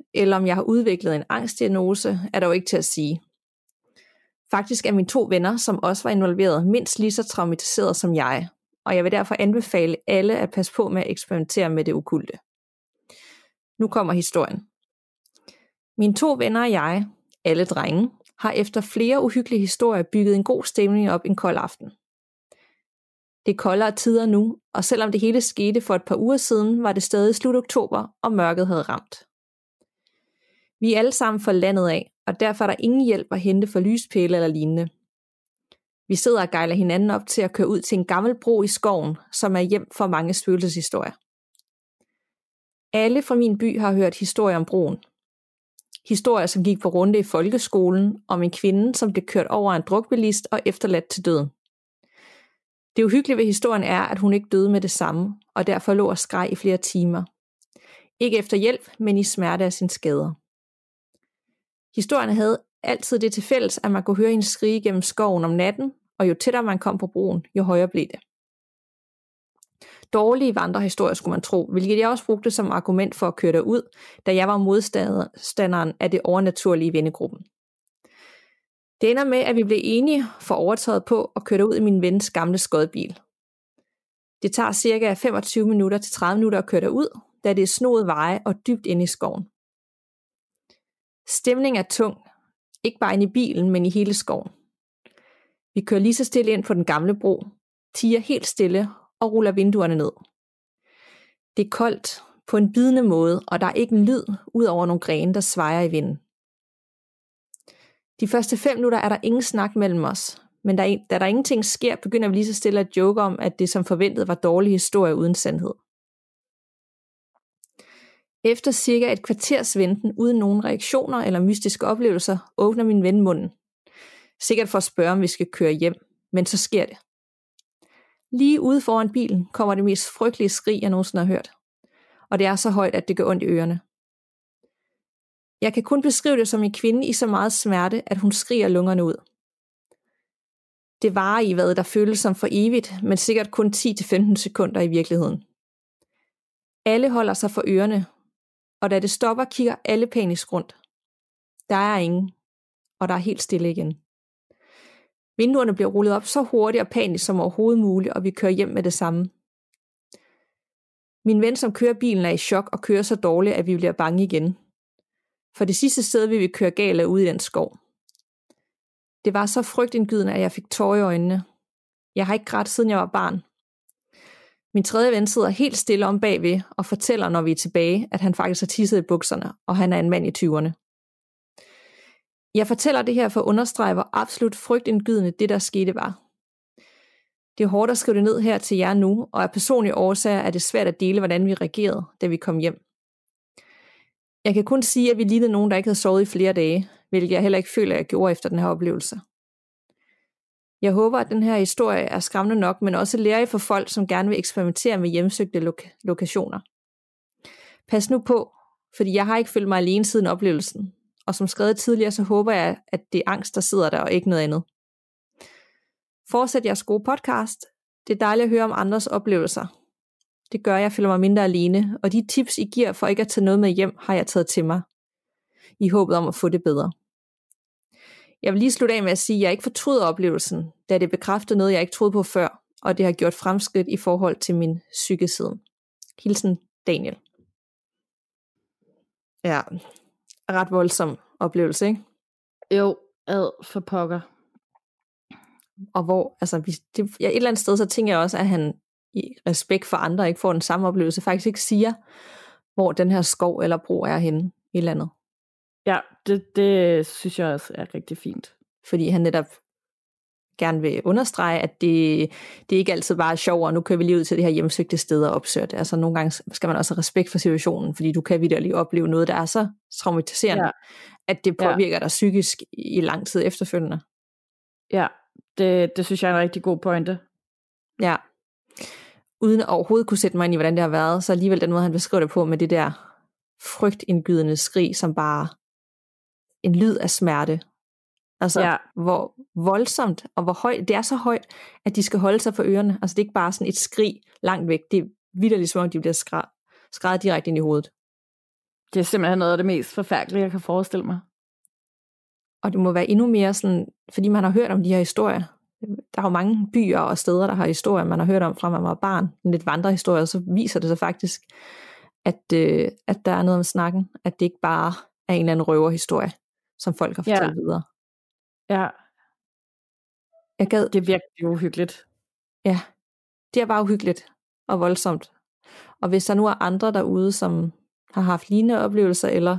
eller om jeg har udviklet en angstdiagnose, er dog ikke til at sige. Faktisk er mine 2 venner, som også var involveret, mindst lige så traumatiseret som jeg, og jeg vil derfor anbefale alle at passe på med at eksperimentere med det okkulte. Nu kommer historien. Mine 2 venner og jeg, alle drenge, har efter flere uhyggelige historier bygget en god stemning op en kold aften. Det er koldere tider nu, og selvom det hele skete for et par uger siden, var det stadig slut oktober, og mørket havde ramt. Vi er alle sammen fra landet af, og derfor er der ingen hjælp at hente for lyspæle eller lignende. Vi sidder og gejler hinanden op til at køre ud til en gammel bro i skoven, som er hjem for mange spøgelseshistorier. Alle fra min by har hørt historier om broen. Historier, som gik på runde i folkeskolen, om en kvinde, som blev kørt over en drukbilist og efterladt til døden. Det uhyggelige ved historien er, at hun ikke døde med det samme, og derfor lå og skreg i flere timer. Ikke efter hjælp, men i smerte af sine skader. Historierne havde altid det til fælles, at man kunne høre hende skrige gennem skoven om natten, og jo tættere man kom på broen, jo højere blev det. Dårlige vandrehistorier skulle man tro, hvilket jeg også brugte som argument for at køre derud, da jeg var modstanderen af det overnaturlige i vennegruppen. Det ender med, at vi blev enige for overtaget på at køre derud i min vens gamle skodbil. Det tager ca. 25 minutter til 30 minutter at køre derud, da det er snoede veje og dybt inde i skoven. Stemningen er tung, ikke bare inde i bilen, men i hele skoven. Vi kører lige så stille ind på den gamle bro, tiger helt stille og ruller vinduerne ned. Det er koldt på en bidende måde, og der er ikke en lyd ud over nogle grene, der svajer i vinden. De første 5 minutter er der ingen snak mellem os, men da der ingenting sker, begynder vi lige så stille at joke om, at det som forventet var dårlig historie uden sandhed. Efter cirka et kvarters venten uden nogen reaktioner eller mystiske oplevelser, åbner min ven munden. Sikkert for at spørge, om vi skal køre hjem, men så sker det. Lige ude foran bilen kommer det mest frygtelige skrig, jeg nogensinde har hørt. Og det er så højt, at det gør ondt i ørerne. Jeg kan kun beskrive det som en kvinde i så meget smerte, at hun skriger lungerne ud. Det varer i hvad der føles som for evigt, men sikkert kun 10-15 sekunder i virkeligheden. Alle holder sig for ørerne, og da det stopper, kigger alle panisk rundt. Der er ingen, og der er helt stille igen. Vinduerne bliver rullet op så hurtigt og panisk som overhovedet muligt, og vi kører hjem med det samme. Min ven, som kører bilen, er i chok og kører så dårligt, at vi bliver bange igen. For det sidste sted vil vi køre galt ude i den skov. Det var så frygtindgydende, at jeg fik tårer i øjnene. Jeg har ikke grædt, siden jeg var barn. Min tredje ven sidder helt stille om bagved og fortæller, når vi er tilbage, at han faktisk har tisset i bukserne, og han er en mand i 20'erne. Jeg fortæller det her for at understrege, hvor absolut frygtindgydende det, der skete, var. Det er hårdt at skrive det ned her til jer nu, og af personlige årsager er det svært at dele, hvordan vi reagerede, da vi kom hjem. Jeg kan kun sige, at vi lignede nogen, der ikke havde sovet i flere dage, hvilket jeg heller ikke føler, at jeg gjorde efter den her oplevelse. Jeg håber, at den her historie er skræmmende nok, men også lærer for folk, som gerne vil eksperimentere med hjemsøgte lokationer. Pas nu på, fordi jeg har ikke følt mig alene siden oplevelsen, og som skrevet tidligere, så håber jeg, at det er angst, der sidder der, og ikke noget andet. Fortsæt jeres gode podcast. Det er dejligt at høre om andres oplevelser. Det gør, at jeg føler mig mindre alene, og de tips, I giver for ikke at tage noget med hjem, har jeg taget til mig, i håbet om at få det bedre. Jeg vil lige slutte af med at sige, at jeg ikke fortryder oplevelsen, da det bekræftede noget, jeg ikke troede på før, og det har gjort fremskridt i forhold til min psykeside. Hilsen Daniel. Ja, ret voldsom oplevelse, ikke? Jo, for pokker. Og hvor, altså, et eller andet sted, så tænker jeg også, at han i respekt for andre ikke får den samme oplevelse, faktisk ikke siger, hvor den her skov eller bro er henne i landet. Ja, det synes jeg også er rigtig fint. Fordi han netop gerne vil understrege, at det ikke altid bare er sjovt, og nu kører vi lige ud til det her hjemsøgte sted og opsøger det. Altså nogle gange skal man også have respekt for situationen, fordi du kan vitterligt opleve noget, der er så traumatiserende, at det påvirker dig psykisk i lang tid efterfølgende. Ja, det synes jeg er en rigtig god pointe. Ja. Uden at overhovedet kunne sætte mig ind i, hvordan det har været, så alligevel den måde, han beskriver det på, med det der frygtindgydende skrig, som bare en lyd af smerte. Altså, hvor voldsomt, og hvor højt, det er så højt, at de skal holde sig for ørerne. Altså, det er ikke bare sådan et skrig langt væk, det er vitterligt som om, de bliver skrædet direkte ind i hovedet. Det er simpelthen noget af det mest forfærdelige, jeg kan forestille mig. Og det må være endnu mere sådan, fordi man har hørt om de her historier. Der er jo mange byer og steder, der har historier, man har hørt om fra man var barn. Lidt vandrehistorier, så viser det sig faktisk, at der er noget om snakken. At det ikke bare er en eller anden røverhistorie, som folk har fortalt videre. Ja. Det er virkelig uhyggeligt. Ja, det er bare uhyggeligt og voldsomt. Og hvis der nu er andre derude, som har haft lignende oplevelser, eller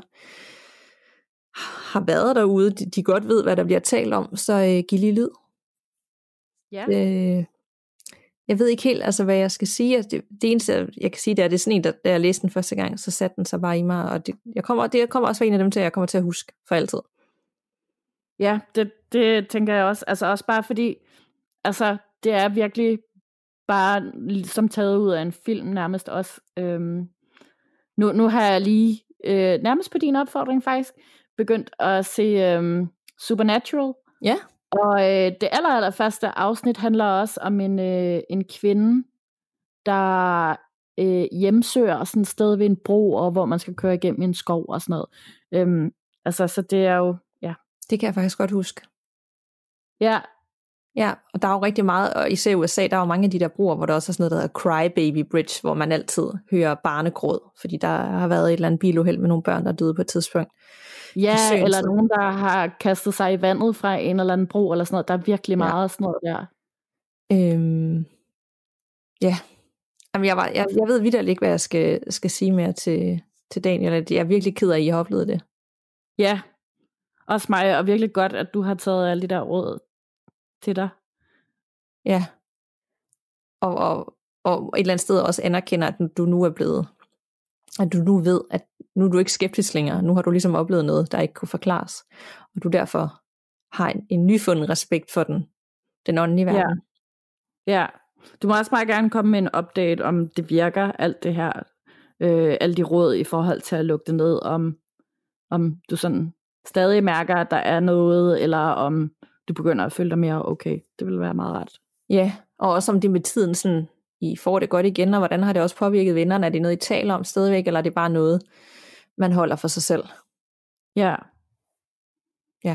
har været derude, de godt ved, hvad der bliver talt om, så giv lige lyd. Ja. Jeg ved ikke helt, altså, hvad jeg skal sige. Altså, det eneste, jeg kan sige, det er sådan en, da jeg læste den første gang, så satte den sig bare i mig, og det kommer også være en af dem til, jeg kommer til at huske for altid. Ja, det tænker jeg også. Altså også bare fordi, altså det er virkelig bare ligesom taget ud af en film nærmest også. Nu har jeg lige, nærmest på din opfordring faktisk, begyndt at se Supernatural. Ja. Og det allerførste afsnit handler også om en kvinde, der hjemsøger sådan et sted ved en bro, og hvor man skal køre igennem en skov og sådan noget. Altså, så det er jo, ja. Det kan jeg faktisk godt huske. Ja. Ja, og der er jo rigtig meget, og især i USA, der er jo mange af de der broer, hvor der også er sådan noget, der hedder Crybaby Bridge, hvor man altid hører barnegråd, fordi der har været et eller andet biluheld med nogle børn, der er døde på et tidspunkt. Ja, eller nogen, der har kastet sig i vandet fra en eller anden bro, eller sådan noget. Der er virkelig meget sådan noget der. Ja. Jamen, jeg ved vitterligt ikke, hvad jeg skal sige mere til Daniel. Jeg er virkelig ked af, at I har oplevet det. Ja, også mig, og virkelig godt, at du har taget alle de der råd til dig. Ja. Og et eller andet sted også anerkender, at du nu er blevet, at du nu ved, at nu er du ikke skeptisk længere. Nu har du ligesom oplevet noget, der ikke kunne forklares. Og du derfor har en nyfunden respekt for den åndelige verden. Ja. Du må også bare gerne komme med en update, om det virker, alt det her, alle de råd i forhold til at lukke det ned, om du sådan stadig mærker, at der er noget, eller om du begynder at føle dig mere okay. Det vil være meget rart. Ja, og også om det med tiden, sådan, I får det godt igen, og hvordan har det også påvirket vennerne? Er det noget, I taler om stadigvæk, eller er det bare noget, man holder for sig selv? Ja. Ja.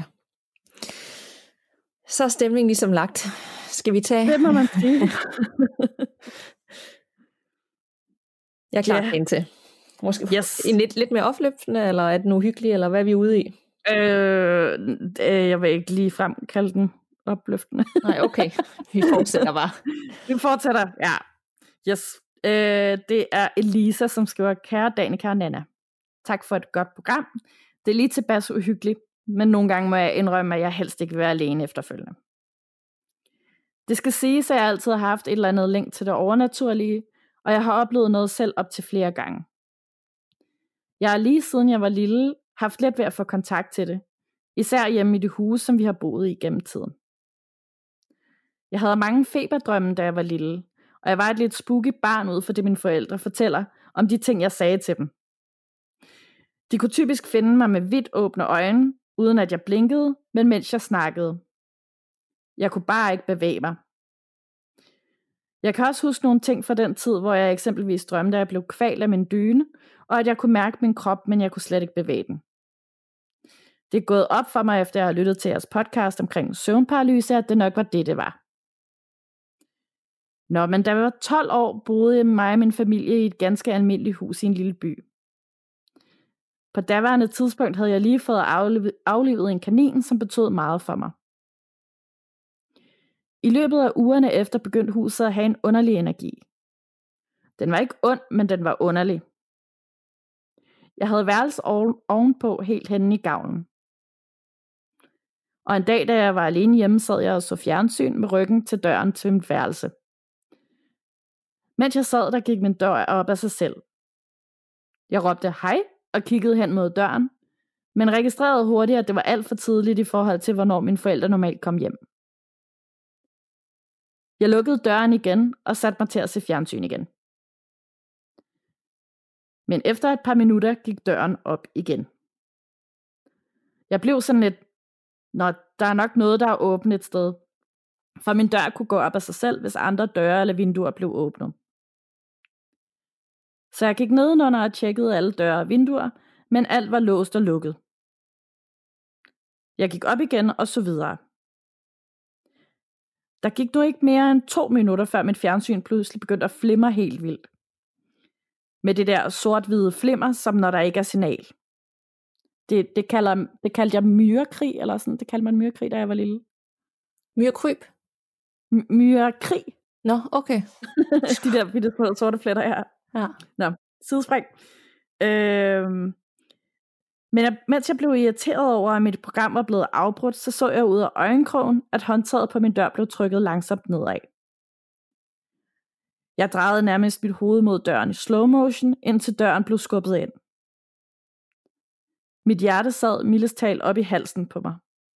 Så er stemningen ligesom lagt. Skal vi tage? Det må man sige. Jeg er klar en til. Måske en lidt mere opløftende, eller er den uhyggelig, eller hvad er vi ude i? Jeg vil ikke lige frem kalde den opløftende. Nej, okay. Vi fortsætter bare. Vi fortsætter, ja. Yes. Det er Elisa, som skriver, kære Danika og Nana. Tak for et godt program. Det er lige tilbage uhyggeligt, men nogle gange må jeg indrømme, at jeg helst ikke vil være alene efterfølgende. Det skal siges, at jeg altid har haft et eller andet link til det overnaturlige, og jeg har oplevet noget selv op til flere gange. Jeg har lige siden jeg var lille haft let ved at få kontakt til det, især hjemme i det hus, som vi har boet i gennem tiden. Jeg havde mange feberdrømme, da jeg var lille, og jeg var et lidt spooky barn ud for det mine forældre fortæller om de ting, jeg sagde til dem. De kunne typisk finde mig med vidt åbne øjne, uden at jeg blinkede, men mens jeg snakkede. Jeg kunne bare ikke bevæge mig. Jeg kan også huske nogle ting fra den tid, hvor jeg eksempelvis drømte, at jeg blev kvalt af min dyne, og at jeg kunne mærke min krop, men jeg kunne slet ikke bevæge den. Det er gået op for mig, efter jeg har lyttet til jeres podcast omkring søvnparalyse, at det nok var det var. Nå, men da jeg var 12 år, boede mig og min familie i et ganske almindeligt hus i en lille by. På daværende tidspunkt havde jeg lige fået aflivet en kanin, som betød meget for mig. I løbet af ugerne efter begyndte huset at have en underlig energi. Den var ikke ond, men den var underlig. Jeg havde værelse ovenpå helt henne i gavlen. Og en dag, da jeg var alene hjemme, sad jeg og så fjernsyn med ryggen til døren til mit værelse. Mens jeg sad, der gik min dør op af sig selv. Jeg råbte hej og kiggede hen mod døren, men registrerede hurtigt, at det var alt for tidligt i forhold til, hvornår mine forældre normalt kom hjem. Jeg lukkede døren igen og satte mig til at se fjernsyn igen. Men efter et par minutter gik døren op igen. Jeg blev sådan lidt, nå, der er nok noget, der er åbent et sted. For min dør kunne gå op af sig selv, hvis andre døre eller vinduer blev åbnet. Så jeg gik nedenunder og tjekkede alle døre og vinduer, men alt var låst og lukket. Jeg gik op igen og så videre. Der gik nu ikke mere end 2 minutter, før mit fjernsyn pludselig begyndte at flimre helt vildt. Med det der sort-hvide flimmer, som når der ikke er signal. Det kaldte jeg myrekrig, eller sådan. Det kaldte man myrekrig, da jeg var lille. Myrekryb? Myrekrig. Nå, okay. De der bitte sorte fletter her. Ja. Nå, sidespring. Men mens jeg blev irriteret over, at mit program var blevet afbrudt, så jeg ud af øjenkrogen, at håndtaget på min dør blev trykket langsomt nedad. Jeg drejede nærmest mit hoved mod døren i slow motion, indtil døren blev skubbet ind. Mit hjerte sad mildest talt op i halsen på mig.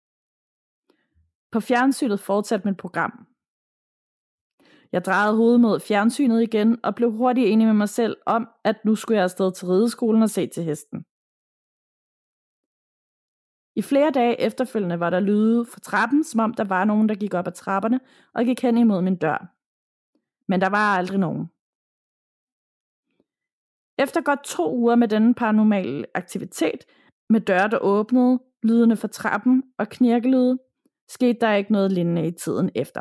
På fjernsynet fortsatte mit program. Jeg drejede hovedet mod fjernsynet igen, og blev hurtigt enig med mig selv om, at nu skulle jeg afsted til rideskolen og se til hesten. I flere dage efterfølgende var der lyde fra trappen, som om der var nogen, der gik op ad trapperne og gik hen imod min dør. Men der var aldrig nogen. Efter godt 2 uger med denne paranormale aktivitet, med døre, der åbnede, lydene fra trappen og knirkelyde, skete der ikke noget lignende i tiden efter.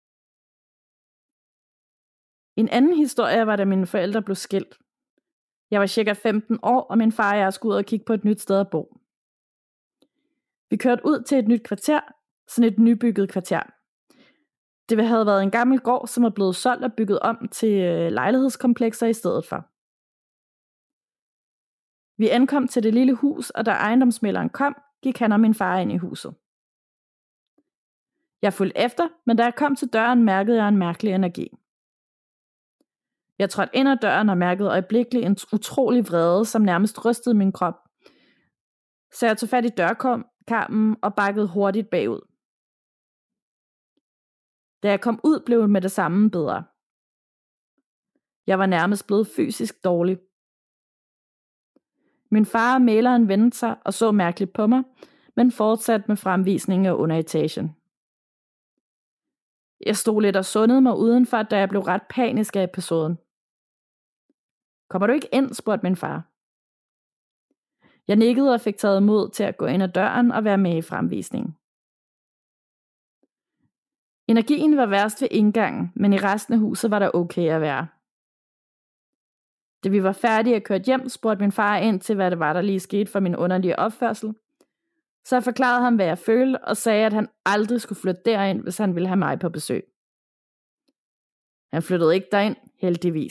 En anden historie var, da mine forældre blev skilt. Jeg var cirka 15 år, og min far og jeg skulle ud og kigge på et nyt sted at bo. Vi kørte ud til et nyt kvarter, sådan et nybygget kvarter. Det havde været en gammel gård, som er blevet solgt og bygget om til lejlighedskomplekser i stedet for. Vi ankom til det lille hus, og da ejendomsmægleren kom, gik han og min far ind i huset. Jeg fulgte efter, men da jeg kom til døren, mærkede jeg en mærkelig energi. Jeg trådte ind ad døren og mærkede øjeblikkeligt en utrolig vrede, som nærmest rystede min krop. Så jeg tog fat i dørkarmen og bakkede hurtigt bagud. Da jeg kom ud, blev det med det samme bedre. Jeg var nærmest blevet fysisk dårlig. Min far og mæleren vendte sig og så mærkeligt på mig, men fortsatte med fremvisninger under etagen. Jeg stod lidt og sundede mig udenfor, da jeg blev ret panisk af episoden. Kommer du ikke ind, spurgte min far. Jeg nikkede og fik taget mod til at gå ind ad døren og være med i fremvisningen. Energien var værst ved indgangen, men i resten af huset var der okay at være. Da vi var færdige og kørt hjem, spurgte min far ind til, hvad det var, der lige skete for min underlige opførsel. Så jeg forklarede ham, hvad jeg følte, og sagde, at han aldrig skulle flytte derind, hvis han ville have mig på besøg. Han flyttede ikke derind, heldigvis.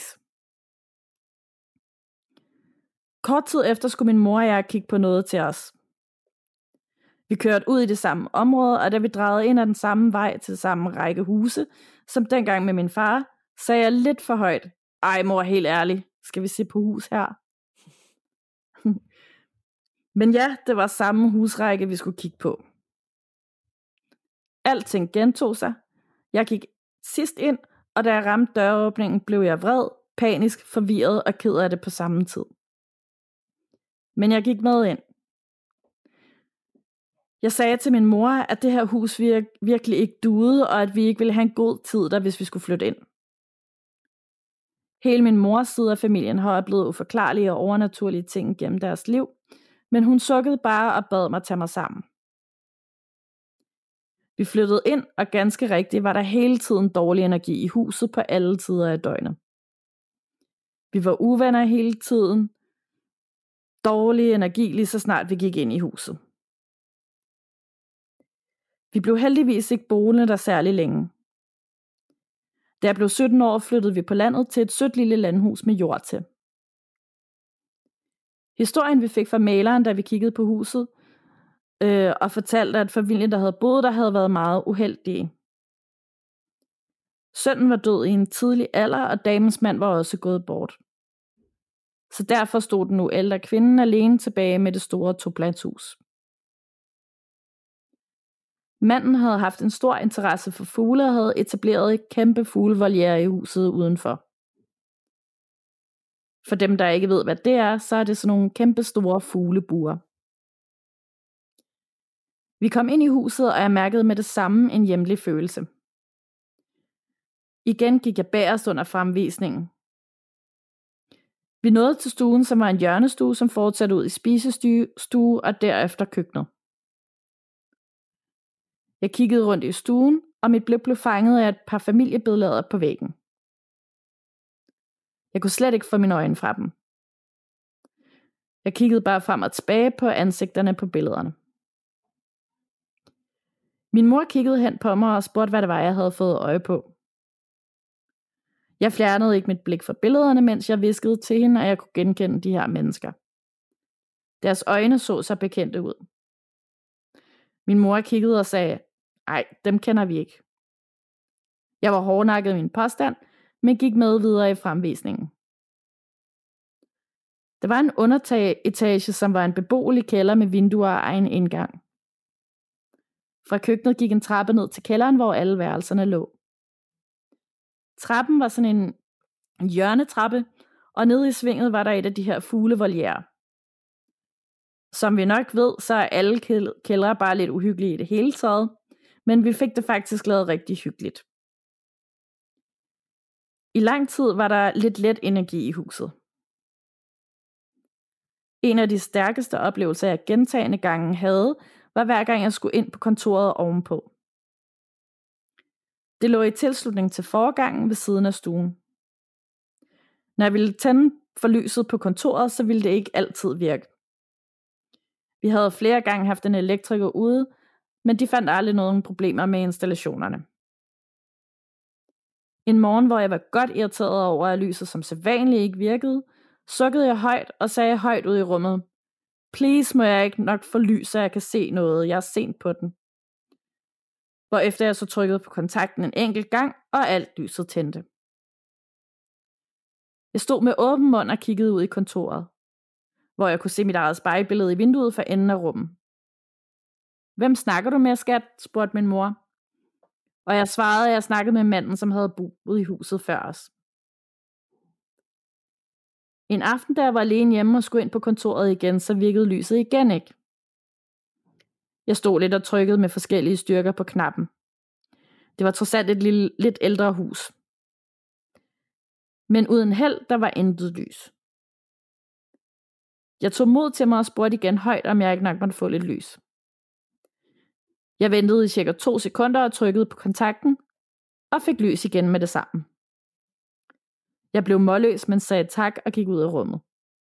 Kort tid efter skulle min mor og jeg kigge på noget til os. Vi kørte ud i det samme område, og da vi drejede ind ad den samme vej til samme række huse, som dengang med min far, sagde jeg lidt for højt, ej mor, helt ærlig, skal vi se på hus her? Men ja, det var samme husrække, vi skulle kigge på. Alting gentog sig. Jeg gik sidst ind, og da jeg ramte døråbningen, blev jeg vred, panisk, forvirret og ked af det på samme tid. Men jeg gik med ind. Jeg sagde til min mor, at det her hus virkelig ikke duede, og at vi ikke ville have en god tid der, hvis vi skulle flytte ind. Hele min mors side af familien har oplevet uforklarlige og overnaturlige ting gennem deres liv, men hun sukkede bare og bad mig tage mig sammen. Vi flyttede ind, og ganske rigtigt var der hele tiden dårlig energi i huset på alle tider af døgnet. Vi var uvenner hele tiden. Dårlig energi lige så snart vi gik ind i huset. Vi blev heldigvis ikke boende der særlig længe. Da jeg blev 17 år, flyttede vi på landet til et sødt lille landhus med jord til. Historien vi fik fra mæleren, da vi kiggede på huset, og fortalte, at familien, der havde boet der, havde været meget uheldige. Sønnen var død i en tidlig alder, og damens mand var også gået bort. Så derfor stod den nu ældre kvinde alene tilbage med det store toplanshus. Manden havde haft en stor interesse for fugle og havde etableret et kæmpe fuglevoliere i huset udenfor. For dem, der ikke ved, hvad det er, så er det sådan nogle kæmpe store fuglebuer. Vi kom ind i huset, og jeg mærkede med det samme en hjemlig følelse. Igen gik jeg bagerst under fremvisningen. Vi nåede til stuen, som var en hjørnestue, som fortsatte ud i spisestue og derefter køkkenet. Jeg kiggede rundt i stuen, og mit blik blev fanget af et par familiebilleder på væggen. Jeg kunne slet ikke få mine øjne fra dem. Jeg kiggede bare frem og tilbage på ansigterne på billederne. Min mor kiggede hen på mig og spurgte, hvad det var, jeg havde fået øje på. Jeg fjernede ikke mit blik fra billederne, mens jeg viskede til hende, og jeg kunne genkende de her mennesker. Deres øjne så bekendte ud. Min mor kiggede og sagde, ej, dem kender vi ikke. Jeg var hårdnakket i min påstand, men gik med videre i fremvisningen. Der var en underetage, som var en beboelig kælder med vinduer og egen indgang. Fra køkkenet gik en trappe ned til kælderen, hvor alle værelserne lå. Trappen var sådan en hjørnetrappe, og nede i svinget var der et af de her fuglevolierer. Som vi nok ved, så er alle kældre bare lidt uhyggelige i det hele taget, men vi fik det faktisk lavet rigtig hyggeligt. I lang tid var der lidt let energi i huset. En af de stærkeste oplevelser, jeg gentagne gange havde, var hver gang jeg skulle ind på kontoret ovenpå. Det lå i tilslutning til forgangen ved siden af stuen. Når jeg ville tænde for lyset på kontoret, så ville det ikke altid virke. Vi havde flere gange haft en elektriker ude, men de fandt aldrig nogen problemer med installationerne. En morgen, hvor jeg var godt irriteret over, at lyset som sædvanligt ikke virkede, sukkede jeg højt og sagde højt ud i rummet, please må jeg ikke nok få lys, så jeg kan se noget, jeg er sent på den. Hvorefter jeg så trykkede på kontakten en enkelt gang, og alt lyset tændte. Jeg stod med åben mund og kiggede ud i kontoret, hvor jeg kunne se mit eget spejlbillede i vinduet for enden af rummet. Hvem snakker du med, skat? Spurgte min mor. Og jeg svarede, at jeg snakkede med manden, som havde boet i huset før os. En aften, da jeg var alene hjemme og skulle ind på kontoret igen, så virkede lyset igen ikke. Jeg stod lidt og trykkede med forskellige styrker på knappen. Det var trods alt et lidt ældre hus. Men uden held, der var intet lys. Jeg tog mod til mig og spurgte igen højt, om jeg ikke nok måtte få lidt lys. Jeg ventede i cirka 2 sekunder og trykkede på kontakten, og fik lys igen med det samme. Jeg blev målløs, men sagde tak og gik ud af rummet.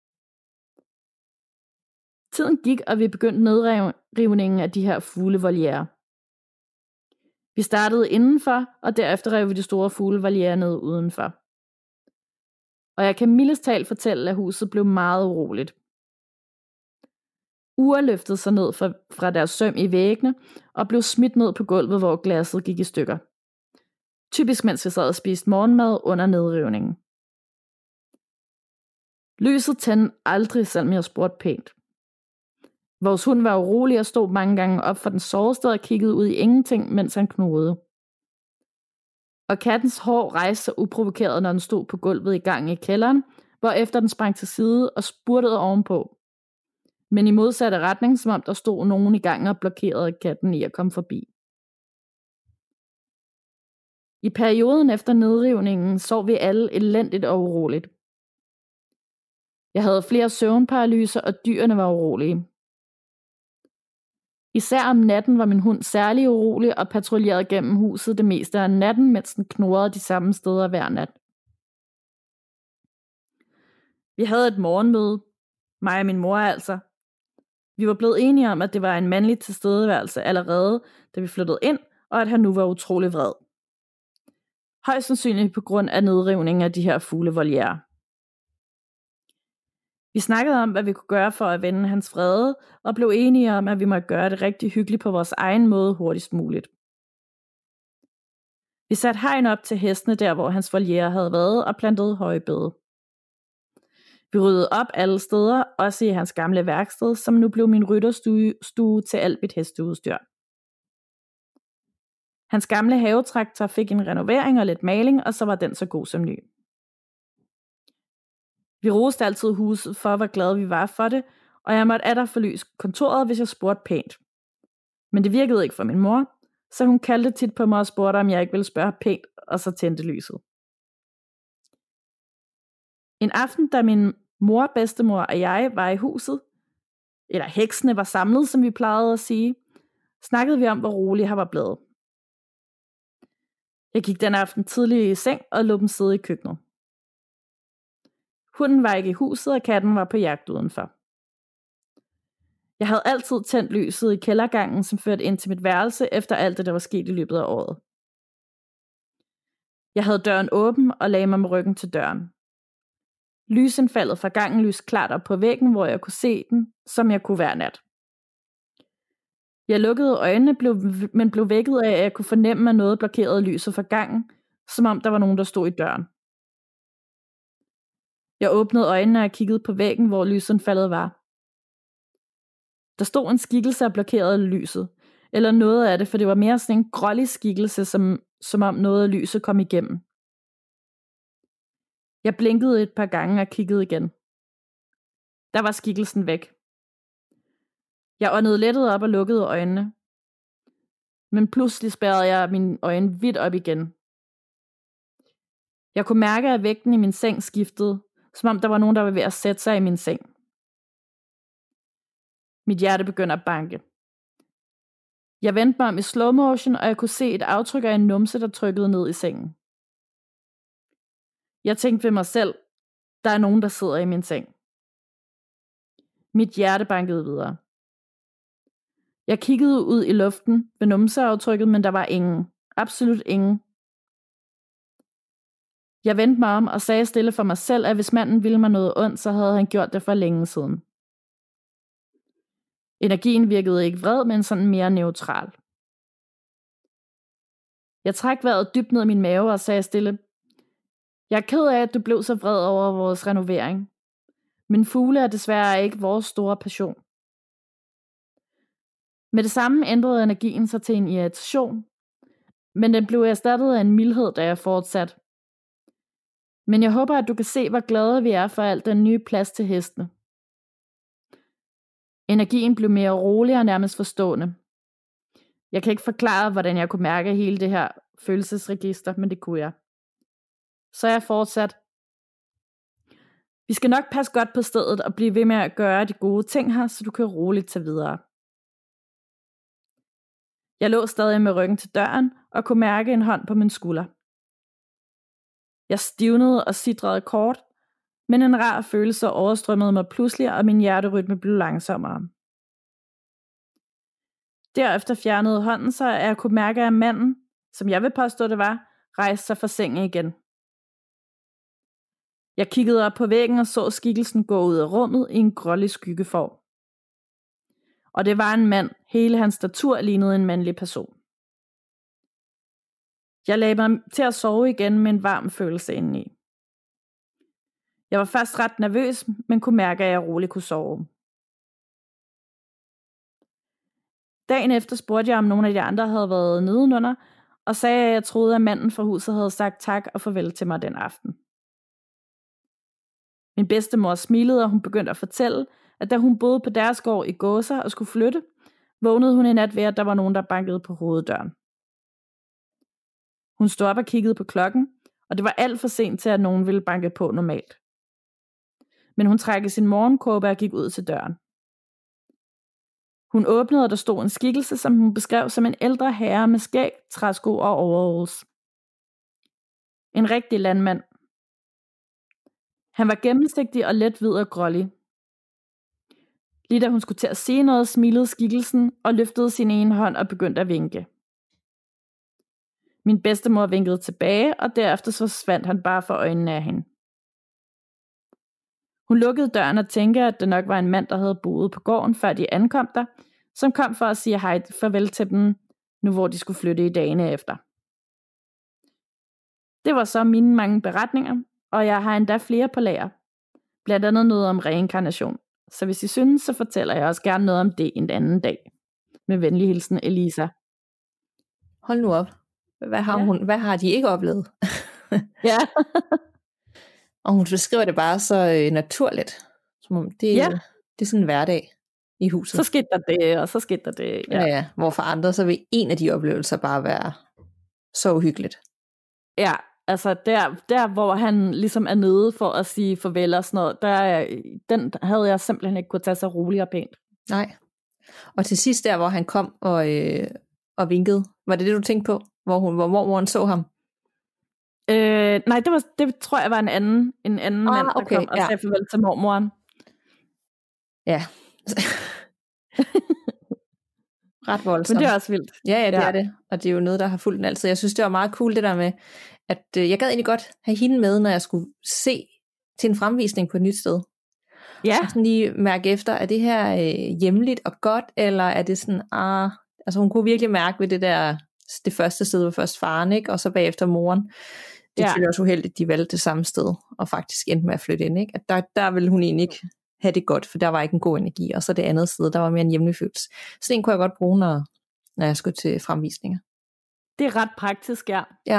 Tiden gik, og vi begyndte nedrivningen af de her fuglevolierer. Vi startede indenfor, og derefter rev vi de store fuglevolierer ned udenfor. Og jeg kan mildest talt fortælle, at huset blev meget uroligt. Ure løftede sig ned fra deres søm i væggene, og blev smidt ned på gulvet, hvor glasset gik i stykker. Typisk mens vi sad og spiste morgenmad under nedrivningen. Lyset tændte aldrig, selvom jeg spurgte pænt. Vores hund var urolig og stod mange gange op for den sovested og kiggede ud i ingenting, mens han knurrede. Og kattens hår rejste sig uprovokeret, når den stod på gulvet i gang i kælderen, hvorefter den sprang til side og spurtede ovenpå. Men i modsatte retning, som om der stod nogen i gang og blokerede katten i at komme forbi. I perioden efter nedrivningen sov vi alle elendigt og uroligt. Jeg havde flere søvnparalyser, og dyrene var urolige. Især om natten var min hund særlig urolig og patruljerede gennem huset det meste af natten, mens den knurrede de samme steder hver nat. Vi havde et morgenmøde, mig og min mor altså. Vi var blevet enige om, at det var en mandlig tilstedeværelse allerede, da vi flyttede ind, og at han nu var utrolig vred. Højst sandsynligt på grund af nedrivningen af de her fuglevolierer. Vi snakkede om, hvad vi kunne gøre for at vende hans vrede, og blev enige om, at vi måtte gøre det rigtig hyggeligt på vores egen måde hurtigst muligt. Vi satte hegn op til hestene der, hvor hans voliere havde været, og plantede højbede. Vi ryddede op alle steder, også i hans gamle værksted, som nu blev min rytterstue til alt mit hesteudstyr. Hans gamle havetraktor fik en renovering og lidt maling, og så var den så god som ny. Vi roste altid huset for, hvor glade vi var for det, og jeg måtte atter forlyse kontoret, hvis jeg spurgte pænt. Men det virkede ikke for min mor, så hun kaldte tit på mig og spurgte, om jeg ikke ville spørge pænt, og så tændte lyset. En aften, da min Mor, bedstemor og jeg var i huset, eller heksene var samlet, som vi plejede at sige, snakkede vi om, hvor rolig jeg var blevet. Jeg gik den aften tidligt i seng og lå dem sidde i køkkenet. Hunden var ikke i huset, og katten var på jagt udenfor. Jeg havde altid tændt lyset i kældergangen, som førte ind til mit værelse, efter alt det, der var sket i løbet af året. Jeg havde døren åben og lagde mig med ryggen til døren. Lysindfaldet fra gangen lys klart op på væggen, hvor jeg kunne se den, som jeg kunne hver nat. Jeg lukkede øjnene, men blev vækket af, at jeg kunne fornemme, at noget blokerede lyset fra gangen, som om der var nogen, der stod i døren. Jeg åbnede øjnene og kiggede på væggen, hvor lysindfaldet var. Der stod en skikkelse og blokerede lyset, eller noget af det, for det var mere sådan en grålig skikkelse, som om noget af lyset kom igennem. Jeg blinkede et par gange og kiggede igen. Der var skikkelsen væk. Jeg åndede lettet op og lukkede øjnene. Men pludselig spærrede jeg mine øjne vidt op igen. Jeg kunne mærke, at vægten i min seng skiftede, som om der var nogen, der var ved at sætte sig i min seng. Mit hjerte begynder at banke. Jeg vendte mig om i slow motion, og jeg kunne se et aftryk af en numse, der trykkede ned i sengen. Jeg tænkte ved mig selv, der er nogen, der sidder i min seng. Mit hjerte bankede videre. Jeg kiggede ud i luften ved numseaftrykket, men der var ingen. Absolut ingen. Jeg vendte mig om og sagde stille for mig selv, at hvis manden ville mig noget ondt, så havde han gjort det for længe siden. Energien virkede ikke vred, men sådan mere neutral. Jeg trak vejret dybt ned i min mave og sagde stille, jeg er ked af, at du blev så vred over vores renovering. Men fugle er desværre ikke vores store passion. Med det samme ændrede energien sig til en irritation, men den blev erstattet af en mildhed, da jeg fortsatte. Men jeg håber, at du kan se, hvor glade vi er for alt den nye plads til hestene. Energien blev mere rolig og nærmest forstående. Jeg kan ikke forklare, hvordan jeg kunne mærke hele det her følelsesregister, men det kunne jeg. Så jeg fortsat. Vi skal nok passe godt på stedet og blive ved med at gøre de gode ting her, så du kan roligt tage videre. Jeg lå stadig med ryggen til døren og kunne mærke en hånd på min skulder. Jeg stivnede og sidrede kort, men en rar følelse overstrømmede mig pludselig, og min hjerterytme blev langsommere. Derefter fjernede hånden sig, og jeg kunne mærke, at manden, som jeg vil påstå det var, rejste sig fra sengen igen. Jeg kiggede op på væggen og så skikkelsen gå ud af rummet i en grålig skyggeform. Og det var en mand. Hele hans statur lignede en mandlig person. Jeg lagde mig til at sove igen med en varm følelse indeni. Jeg var først ret nervøs, men kunne mærke, at jeg roligt kunne sove. Dagen efter spurgte jeg, om nogle af de andre havde været nedenunder, og sagde, at jeg troede, at manden fra huset havde sagt tak og farvel til mig den aften. Min bedstemor smilede, og hun begyndte at fortælle, at da hun boede på deres gård i Gåser og skulle flytte, vågnede hun en nat ved, at der var nogen, der bankede på hoveddøren. Hun stod op og kiggede på klokken, og det var alt for sent til, at nogen ville banke på normalt. Men hun trak i sin morgenkåbe og gik ud til døren. Hun åbnede, og der stod en skikkelse, som hun beskrev som en ældre herre med skæg, træsko og overalls. En rigtig landmand. Han var gennemsigtig og let hvid og grålig. Lige da hun skulle til at sige noget, smilede skikkelsen og løftede sin ene hånd og begyndte at vinke. Min bedstemor vinkede tilbage, og derefter så forsvandt han bare for øjnene af hende. Hun lukkede døren og tænkte, at det nok var en mand, der havde boet på gården, før de ankom der, som kom for at sige hej farvel til dem, nu hvor de skulle flytte i dagene efter. Det var så mine mange beretninger, og jeg har endda flere på lager. Blandt andet noget om reinkarnation. Så hvis I synes, så fortæller jeg også gerne noget om det en anden dag. Med venlig hilsen, Elisa. Hold nu op. Hvad har de ikke oplevet? Ja. Og hun beskriver det bare så naturligt. Som om det er sådan en hverdag i huset. Så skete der det, og så skete der det. Ja. Hvor for andre, så vil en af de oplevelser bare være så uhyggeligt. Ja, altså der hvor han ligesom er nede for at sige farvel og sådan noget, den havde jeg simpelthen ikke kunne tage så roligt og pænt. Nej. Og til sidst der, hvor han kom og vinkede, var det du tænkte på? Hvor mormoren så ham? Nej, det tror jeg var en anden mand, der kom og sagde farvel til mormoren. Ja. Ret voldsomt. Men det er også vildt. Ja, det er det. Og det er jo noget, der har fulgt den altid. Jeg synes, det var meget cool det der med, at jeg gad egentlig godt have hende med, når jeg skulle se til en fremvisning på et nyt sted. Ja. Så sådan lige mærke efter, er det her hjemligt og godt, eller er det sådan, altså hun kunne virkelig mærke ved det første sted var først faren, ikke? Og så bagefter moren. Det er selvfølgelig også uheldigt, de valgte det samme sted, og faktisk endte med at flytte ind, ikke? At der ville hun egentlig ikke have det godt, for der var ikke en god energi, og så det andet sted, der var mere en hjemlig følelse. Så den kunne jeg godt bruge, når jeg skulle til fremvisninger. Det er ret praktisk, ja. Ja.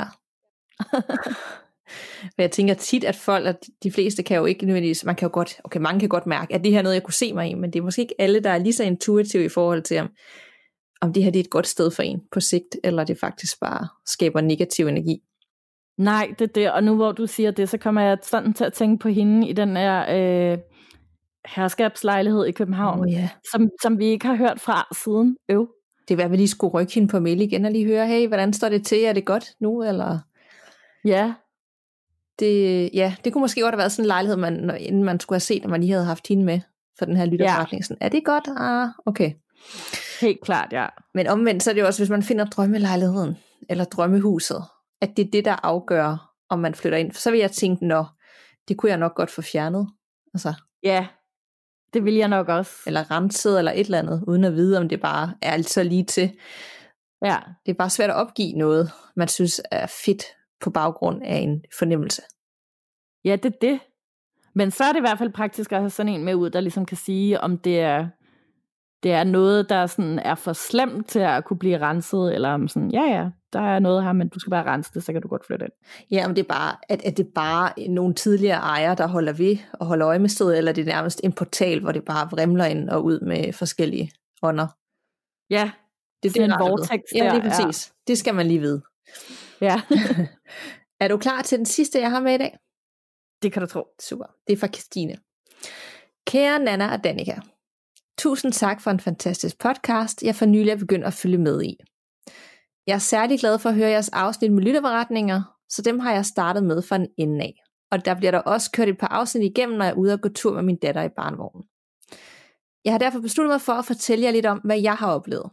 Men jeg tænker tit, at folk, at de fleste kan jo ikke nødvendigvis, mange kan godt mærke, at det her er noget, jeg kunne se mig i, men det er måske ikke alle, der er lige så intuitive i forhold til, om det her det er et godt sted for en på sigt, eller det faktisk bare skaber negativ energi. Nej, det er det, og nu hvor du siger det, så kommer jeg sådan til at tænke på hende i den her herskabslejlighed i København, som vi ikke har hørt fra siden. Det er, at vi lige skulle rykke hende på mail igen og lige høre, hey, hvordan står det til? Er det godt nu, eller? Ja. Det kunne måske godt have været sådan en lejlighed, inden man skulle have set, at man lige havde haft hende med for den her lytterforretning. Ja. Er det godt? Okay. Helt klart, ja. Men omvendt, så er det jo også, hvis man finder drømmelejligheden, eller drømmehuset, at det er det, der afgør, om man flytter ind. Så vil jeg tænke, det kunne jeg nok godt få fjernet. Altså. Ja, det vil jeg nok også. Eller renset, eller et eller andet, uden at vide, om det bare er alt så lige til. Ja. Det er bare svært at opgive noget, man synes er fedt på baggrund af en fornemmelse. Ja, det er det. Men så er det i hvert fald praktisk at have sådan en med ud, der ligesom kan sige, om det er noget, der sådan er for slemt til at kunne blive renset, eller om sådan, der er noget her, men du skal bare rense det, så kan du godt flytte ind. Ja, om det er bare, at det bare nogle tidligere ejere, der holder ved og holder øje med stedet, eller det er nærmest en portal, hvor det bare vrimler ind og ud med forskellige ånder. Ja, det er en vortex der. Ja, det er præcis. Ja. Det skal man lige vide. Ja. Er du klar til den sidste, jeg har med i dag? Det kan du tro. Super. Det er fra Christine. Kære Nanna og Danika. Tusind tak for en fantastisk podcast, jeg for nylig er begyndt at følge med i. Jeg er særlig glad for at høre jeres afsnit med lytterberetninger, så dem har jeg startet med fra en ende af. Og der bliver der også kørt et par afsnit igennem, når jeg er ude og gå tur med min datter i barnevognen. Jeg har derfor besluttet mig for at fortælle jer lidt om, hvad jeg har oplevet.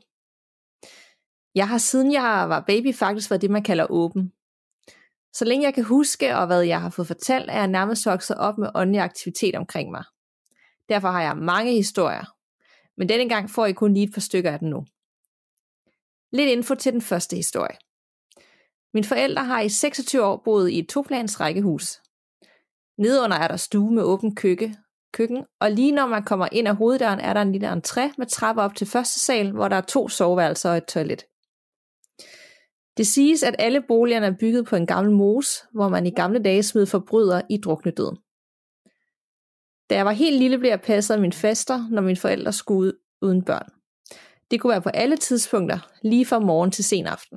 Jeg har siden jeg var baby faktisk været det, man kalder åben. Så længe jeg kan huske, og hvad jeg har fået fortalt, er jeg nærmest vokset op med åndelig aktivitet omkring mig. Derfor har jeg mange historier. Men denne gang får I kun lige et par stykker af den nu. Lidt info til den første historie. Mine forældre har i 26 år boet i et 2-plans rækkehus. Nedenunder er der stue med åbent køkken, og lige når man kommer ind ad hoveddøren, er der en lille entré med trapper op til første sal, hvor der er 2 soveværelser og et toilet. Det siges, at alle boligerne er bygget på en gammel mose, hvor man i gamle dage smed forbrydere i druknedøden. Da jeg var helt lille, blev jeg passet af min faster, når mine forældre skulle ud uden børn. Det kunne være på alle tidspunkter, lige fra morgen til sen aften.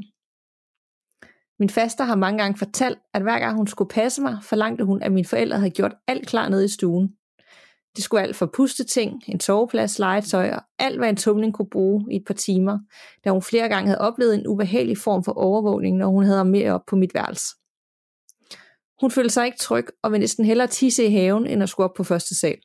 Min faster har mange gange fortalt, at hver gang hun skulle passe mig, forlangte hun, at mine forældre havde gjort alt klar nede i stuen. Det skulle alt fra pusteting, en soveplads, legetøj og alt, hvad en tumling kunne bruge i et par timer, da hun flere gange havde oplevet en ubehagelig form for overvågning, når hun havde mere op på mit værelse. Hun følte sig ikke tryg og ville næsten hellere tisse i haven, end at skulle op på første sal.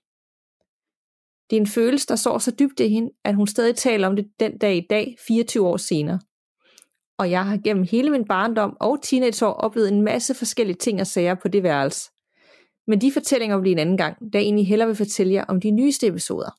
Det er en følelse, der sår så dybt i hende, at hun stadig taler om det den dag i dag, 24 år senere. Og jeg har gennem hele min barndom og teenageår oplevet en masse forskellige ting og sager på det værelse. Men de fortællinger bliver en anden gang, da jeg egentlig hellere vil fortælle jer om de nyeste episoder.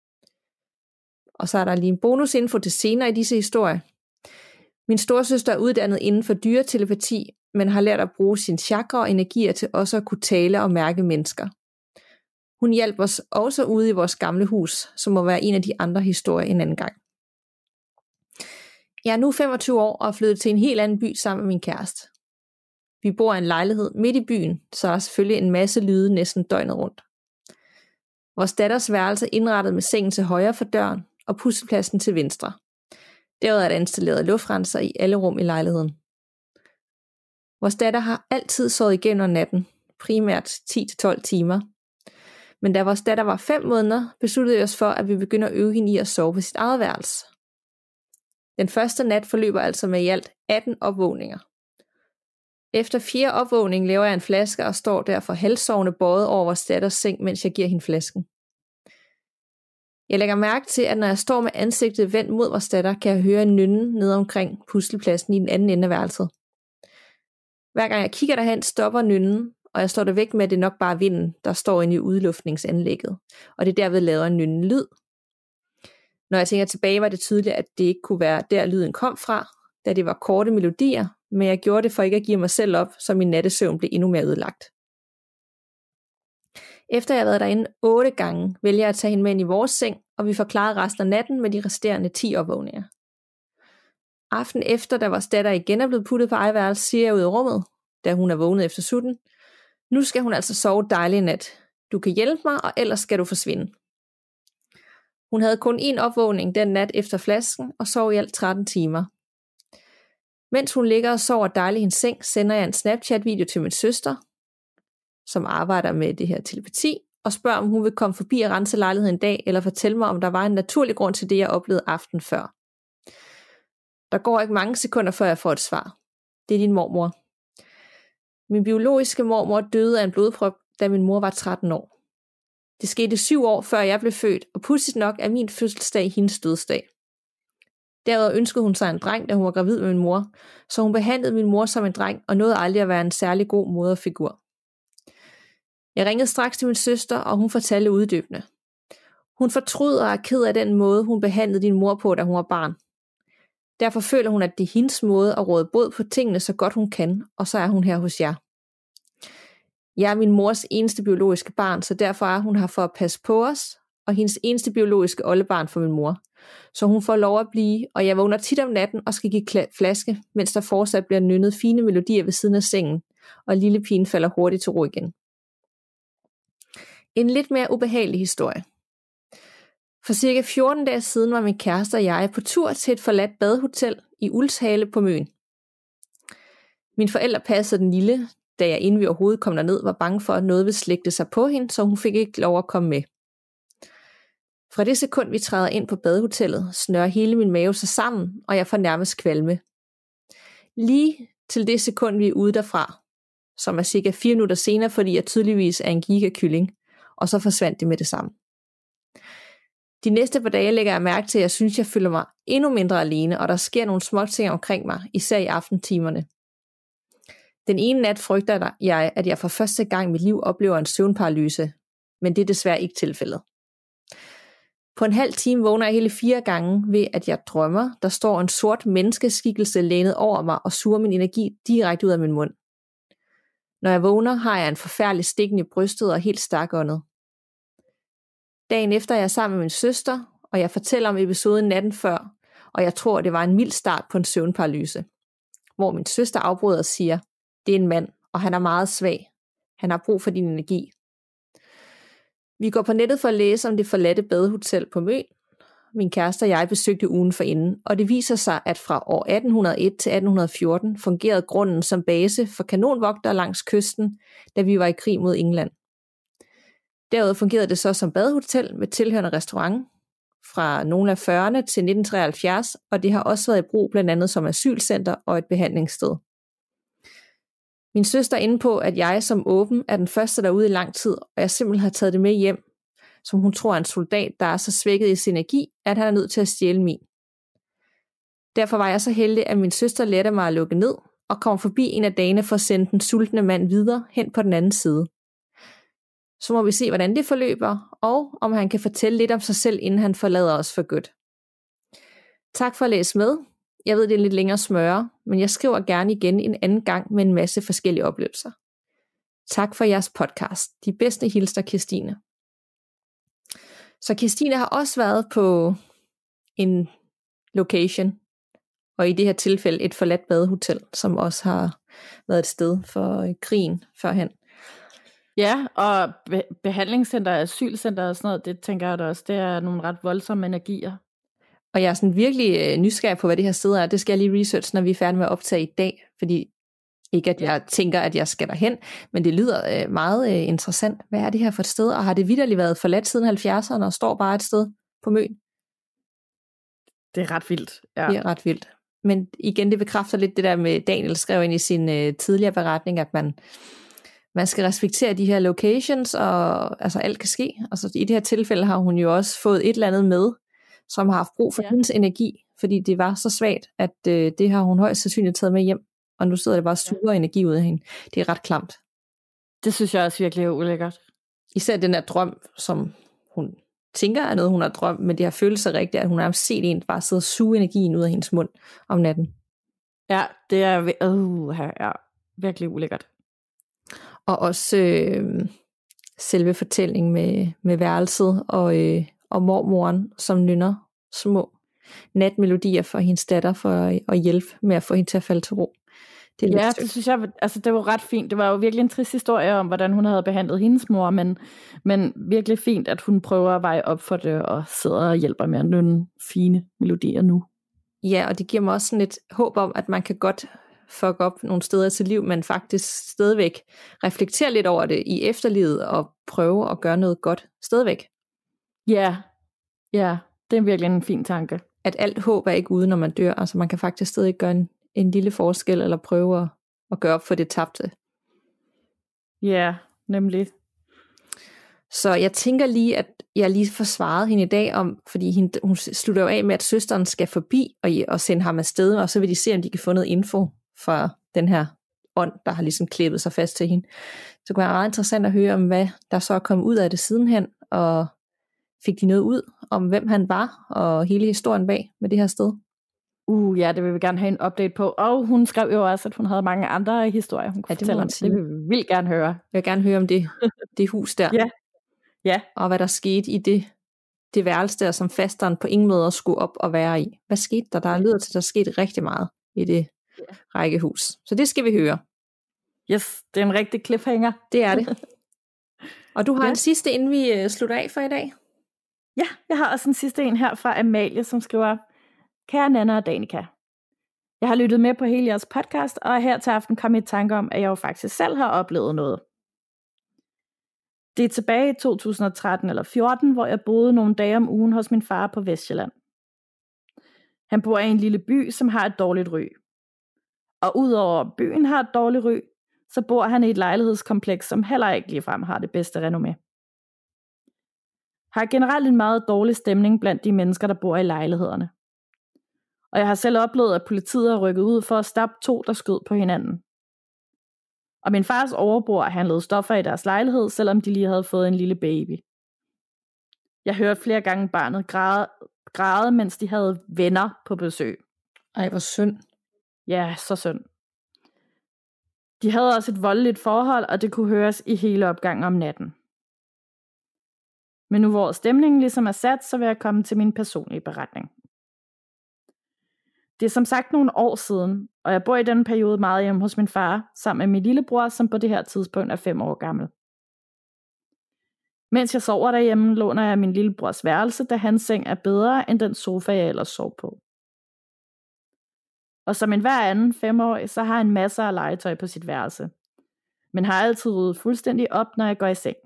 Og så er der lige en bonusinfo til senere i disse historier. Min storesøster er uddannet inden for dyretelepati, men har lært at bruge sine chakra og energier til også at kunne tale og mærke mennesker. Hun hjalp os også ude i vores gamle hus, som må være en af de andre historier en anden gang. Jeg er nu 25 år og er flyttet til en helt anden by sammen med min kæreste. Vi bor i en lejlighed midt i byen, så der er selvfølgelig en masse lyde næsten døgnet rundt. Vores datters værelse er indrettet med sengen til højre for døren og pudsepladsen til venstre. Derudover er der installeret luftrenser i alle rum i lejligheden. Vores datter har altid sovet igennem natten, primært 10-12 timer. Men da vores datter var 5 måneder, besluttede vi os for, at vi begynder at øve hende i at sove på sit eget værelse. Den første nat forløber altså med i alt 18 opvågninger. Efter 4 opvågning laver jeg en flaske og står derfor halvsovende bøjet over vores datters seng, mens jeg giver hende flasken. Jeg lægger mærke til, at når jeg står med ansigtet vendt mod vores datter, kan jeg høre en nynne nede omkring puslespladsen i den anden ende af værelset. Hver gang jeg kigger derhen, stopper nynnen, og jeg slår det væk med, at det nok bare vinden, der står inde i udluftningsanlægget, og det derved laver en nynnende lyd. Når jeg tænker tilbage, var det tydeligt, at det ikke kunne være der lyden kom fra, da det var korte melodier, men jeg gjorde det for ikke at give mig selv op, så min nattesøvn blev endnu mere ødelagt. Efter jeg har været derinde 8 gange, vælger jeg at tage hende med ind i vores seng, og vi forklarer resten af natten med de resterende 10 opvågninger. Aften efter, da vores datter igen er blevet puttet på ejerværelse, siger jeg ud i rummet, da hun er vågnet efter sutten: nu skal hun altså sove dejlig nat. Du kan hjælpe mig, og ellers skal du forsvinde. Hun havde kun 1 opvågning den nat efter flasken, og sov i alt 13 timer. Mens hun ligger og sover dejligt i hendes seng, sender jeg en Snapchat-video til min søster, som arbejder med det her telepati, og spørger, om hun vil komme forbi og rense lejligheden en dag, eller fortælle mig, om der var en naturlig grund til det, jeg oplevede aften før. Der går ikke mange sekunder, før jeg får et svar. Det er din mormor. Min biologiske mormor døde af en blodprop, da min mor var 13 år. Det skete 7 år, før jeg blev født, og pudsigt nok er min fødselsdag hendes dødsdag. Derudover ønskede hun sig en dreng, da hun var gravid med min mor, så hun behandlede min mor som en dreng, og nåede aldrig at være en særlig god moderfigur. Jeg ringede straks til min søster, og hun fortalte uddybende. Hun fortryder og er ked af den måde, hun behandlede din mor på, da hun var barn. Derfor føler hun, at det er hendes måde at råde bod på tingene så godt hun kan, og så er hun her hos jer. Jeg er min mors eneste biologiske barn, så derfor er hun her for at passe på os, og hendes eneste biologiske oldebarn for min mor. Så hun får lov at blive, og jeg vågner tit om natten og skal give flaske, mens der fortsat bliver nynnet fine melodier ved siden af sengen, og lille pigen falder hurtigt til ro igen. En lidt mere ubehagelig historie. For cirka 14 dage siden var min kæreste og jeg på tur til et forladt badehotel i Ulshale på Møn. Mine forældre passede den lille, da jeg inden vi overhovedet kom derned, var bange for, at noget ville slægte sig på hende, så hun fik ikke lov at komme med. Fra det sekund, vi træder ind på badehotellet, snører hele min mave sig sammen, og jeg får nærmest kvalme. Lige til det sekund, vi er ude derfra, som er cirka 4 minutter senere, fordi jeg tydeligvis er en gigakylling, og så forsvandt det med det samme. De næste par dage lægger jeg mærke til, at jeg synes, jeg føler mig endnu mindre alene, og der sker nogle små ting omkring mig, især i aftentimerne. Den ene nat frygter jeg, at jeg for første gang i mit liv oplever en søvnparalyse, men det er desværre ikke tilfældet. På en halv time vågner jeg hele 4 gange ved, at jeg drømmer, der står en sort menneskeskikkelse lænet over mig og suger min energi direkte ud af min mund. Når jeg vågner, har jeg en forfærdelig stikken i brystet og helt stakåndet. Dagen efter er jeg sammen med min søster, og jeg fortæller om episoden natten før, og jeg tror, det var en mild start på en søvnparalyse. Hvor min søster afbryder og siger, det er en mand, og han er meget svag. Han har brug for din energi. Vi går på nettet for at læse om det forladte badehotel på Møn. Min kæreste og jeg besøgte ugen forinden, og det viser sig, at fra år 1801 til 1814 fungerede grunden som base for kanonvogtere langs kysten, da vi var i krig mod England. Derudover fungerede det så som badehotel med tilhørende restaurant fra nogle af 40'erne til 1973, og det har også været i brug blandt andet som asylcenter og et behandlingssted. Min søster er inde på, at jeg som åben er den første derude i lang tid, og jeg simpelthen har taget det med hjem, som hun tror er en soldat, der er så svækket i sin energi, at han er nødt til at stjæle min. Derfor var jeg så heldig, at min søster lærte mig at lukke ned, og kom forbi en af dagene for at sende den sultne mand videre hen på den anden side. Så må vi se, hvordan det forløber, og om han kan fortælle lidt om sig selv, inden han forlader os for godt. Tak for at læse med. Jeg ved, det er lidt længere smøre, men jeg skriver gerne igen en anden gang med en masse forskellige oplevelser. Tak for jeres podcast. De bedste hilsner, Kirstine. Så Kirstine har også været på en location, og i det her tilfælde et forladt badehotel, som også har været et sted for krigen førhen. Ja, og behandlingscenter, asylcenter og sådan noget, det tænker jeg da også, det er nogle ret voldsomme energier. Og jeg er sådan virkelig nysgerrig på, hvad det her sted er. Det skal jeg lige research, når vi er færdige med at optage i dag, fordi Ikke at jeg tænker, at jeg skal derhen, men det lyder meget interessant. Hvad er det her for et sted? Og har det vitterligt været forladt siden 70'erne og står bare et sted på Møn? Det er ret vildt. Ja. Det er ret vildt. Men igen, det bekræfter lidt det der med, Daniel skrev ind i sin tidligere beretning, at man skal respektere de her locations, og altså alt kan ske. Altså i det her tilfælde har hun jo også fået et eller andet med, som har haft brug for hendes energi, fordi det var så svagt, at det har hun højst sandsynligt taget med hjem, og nu sidder det bare suger energi ud af hende. Det er ret klamt. Det synes jeg også virkelig er ulækkert. Især den der drøm, som hun tænker er noget, hun har drømt, men det har følt sig rigtigt, at hun har set en bare sidde og suge energien ud af hendes mund om natten. Ja, det er virkelig ulækkert. Og også selve fortællingen med værelset og mormoren, som nynner små natmelodier for hendes datter for at hjælpe med at få hende til at falde til ro. Det synes jeg, altså det var ret fint. Det var jo virkelig en trist historie om, hvordan hun havde behandlet hendes mor, men virkelig fint, at hun prøver at veje op for det og sidder og hjælper med at nynne fine melodier nu. Ja, og det giver mig også sådan et håb om, at man kan godt fuck op nogle steder til liv, men faktisk stadigvæk reflektere lidt over det i efterlivet og prøve at gøre noget godt stadigvæk. Ja, det er virkelig en fin tanke. At alt håb er ikke ude, når man dør. Altså man kan faktisk stadig gøre en lille forskel, eller prøve at gøre op for det tabte. Ja, nemlig. Så jeg tænker lige, at jeg lige får svaret hende i dag om, fordi hun slutter jo af med, at søsteren skal forbi og sende ham afsted, og så vil de se, om de kan få noget info fra den her ånd, der har ligesom klippet sig fast til hende. Så kunne det være meget interessant at høre om, hvad der så er kommet ud af det sidenhen, og fik de noget ud om, hvem han var, og hele historien bag med det her sted. Ja, det vil vi gerne have en update på. Og hun skrev jo også, at hun havde mange andre historier, hun kunne fortælle om. Det vil vi vildt gerne høre. Jeg vil gerne høre om det hus der. Ja. Og hvad der skete i det værelse der, som fasteren på ingen måde skulle op og være i. Hvad skete der? Der lyder til, at der skete rigtig meget i det rækkehus. Så det skal vi høre. Yes, det er en rigtig cliffhanger. Det er det. Og du har en sidste, inden vi slutter af for i dag? Ja, jeg har også en sidste en her fra Amalie, som skriver: Kære Nanna og Danika, jeg har lyttet med på hele jeres podcast, og her til aften kom jeg i tanke om, at jeg jo faktisk selv har oplevet noget. Det er tilbage i 2013 eller 14, hvor jeg boede nogle dage om ugen hos min far på Vestjylland. Han bor i en lille by, som har et dårligt ry. Og udover at byen har et dårligt ry, så bor han i et lejlighedskompleks, som heller ikke ligefrem har det bedste renommé. Har generelt en meget dårlig stemning blandt de mennesker, der bor i lejlighederne. Og jeg har selv oplevet, at politiet er rykket ud for at stoppe 2, der skød på hinanden. Og min fars overbror handlede stoffer i deres lejlighed, selvom de lige havde fået en lille baby. Jeg hørte flere gange barnet græde, mens de havde venner på besøg. Ej, hvor synd. Ja, så synd. De havde også et voldeligt forhold, og det kunne høres i hele opgangen om natten. Men nu hvor stemningen ligesom er sat, så vil jeg komme til min personlige beretning. Det er som sagt nogle år siden, og jeg bor i den periode meget hjemme hos min far, sammen med min lillebror, som på det her tidspunkt er 5 år gammel. Mens jeg sover derhjemme, låner jeg min lillebrors værelse, da hans seng er bedre end den sofa, jeg ellers sov på. Og som en hver anden 5-årig, så har han masser af legetøj på sit værelse, men har altid ryddet fuldstændig op, når jeg går i seng.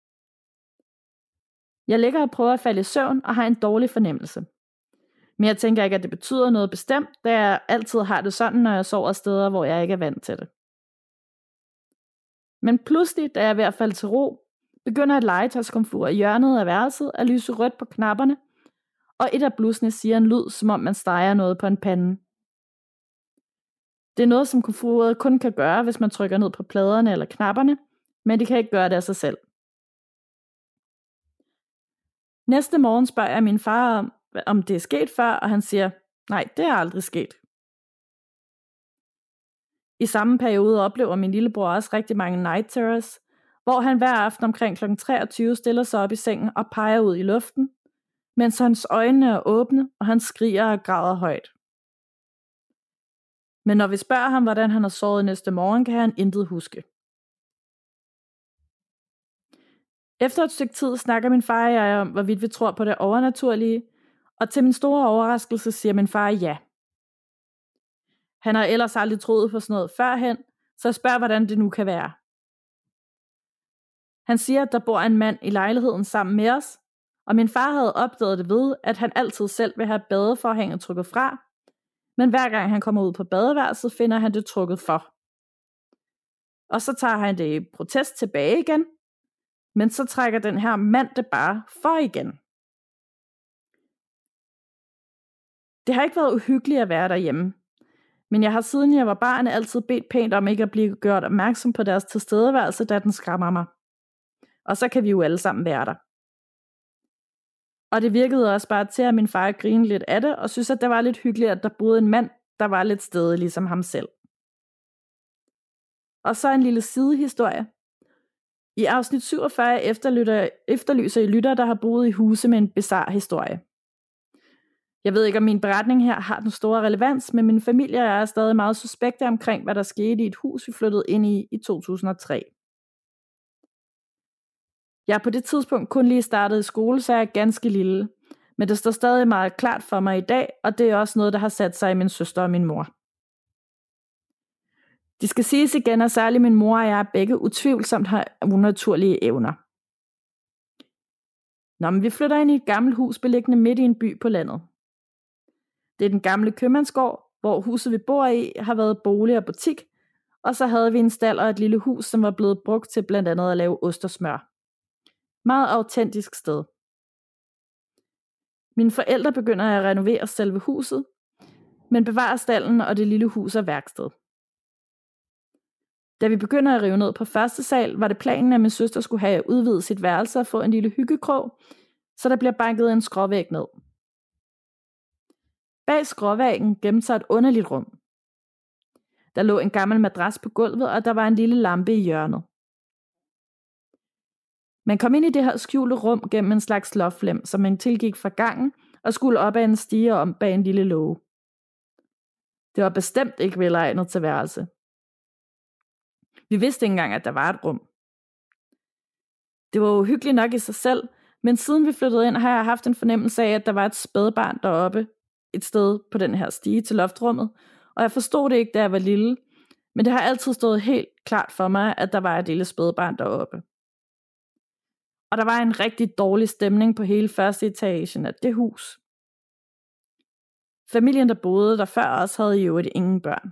Jeg ligger og prøver at falde i søvn og har en dårlig fornemmelse. Men jeg tænker ikke, at det betyder noget bestemt, da jeg altid har det sådan, når jeg sover steder, hvor jeg ikke er vant til det. Men pludselig, da jeg er ved at falde til ro, begynder et legetøjskomfur i hjørnet af værelset at lyse rødt på knapperne, og et af blusene siger en lyd, som om man steger noget på en pande. Det er noget, som komfuret kun kan gøre, hvis man trykker ned på pladerne eller knapperne, men det kan ikke gøre det af sig selv. Næste morgen spørger jeg min far om det er sket før, og han siger, nej, det er aldrig sket. I samme periode oplever min lillebror også rigtig mange night terrors, hvor han hver aften omkring kl. 23 stiller sig op i sengen og peger ud i luften, mens hans øjne er åbne, og han skriger og græder højt. Men når vi spørger ham, hvordan han har sovet næste morgen, kan han intet huske. Efter et stykke tid snakker min far og jeg om, hvorvidt vi tror på det overnaturlige, og til min store overraskelse siger min far ja. Han har ellers aldrig troet på sådan noget førhen, så jeg spørger, hvordan det nu kan være. Han siger, at der bor en mand i lejligheden sammen med os, og min far havde opdaget det ved, at han altid selv vil have badeforhænget trukket fra, men hver gang han kommer ud på badeværelset, finder han det trukket for. Og så tager han det i protest tilbage igen, men så trækker den her mand det bare for igen. Det har ikke været uhyggeligt at være derhjemme, men jeg har siden jeg var barn altid bedt pænt om ikke at blive gjort opmærksom på deres tilstedeværelse, da den skræmmer mig. Og så kan vi jo alle sammen være der. Og det virkede også bare til, at min far grinede lidt af det, og synes, at det var lidt hyggeligt, at der boede en mand, der var lidt stedig ligesom ham selv. Og så en lille sidehistorie. I afsnit 47 efterlyser I lytter, der har boet i huse med en bizarre historie. Jeg ved ikke, om min beretning her har den store relevans, men min familie er stadig meget suspekte omkring, hvad der skete i et hus, vi flyttede ind i 2003. Jeg er på det tidspunkt kun lige startet i skole, så jeg er ganske lille, men det står stadig meget klart for mig i dag, og det er også noget, der har sat sig i min søster og min mor. De skal siges igen, at særligt min mor og jeg begge utvivlsomt har unaturlige evner. Men vi flytter ind i et gammelt hus beliggende midt i en by på landet. Det er den gamle købmandsgård, hvor huset vi bor i har været bolig og butik, og så havde vi en stald og et lille hus, som var blevet brugt til blandt andet at lave ost og smør. Meget autentisk sted. Mine forældre begynder at renovere selve huset, men bevarer stallen og det lille hus og værksted. Da vi begynder at rive ned på første sal, var det planen, at min søster skulle have udvidet sit værelse og få en lille hyggekrog, så der bliver banket en skråvæg ned. Bag skråvæggen gemte sig et underligt rum. Der lå en gammel madras på gulvet, og der var en lille lampe i hjørnet. Man kom ind i det her skjulte rum gennem en slags loftlem, som man tilgik fra gangen og skulle op ad en stige om bag en lille låge. Det var bestemt ikke velegnet til værelse. Vi vidste ikke engang, at der var et rum. Det var uhyggeligt nok i sig selv, men siden vi flyttede ind, har jeg haft en fornemmelse af, at der var et spædbarn deroppe, et sted på den her stige til loftrummet, og jeg forstod det ikke, da jeg var lille, men det har altid stået helt klart for mig, at der var et lille spædbarn deroppe. Og der var en rigtig dårlig stemning på hele første etagen af det hus. Familien, der boede der før os, havde jo ingen børn.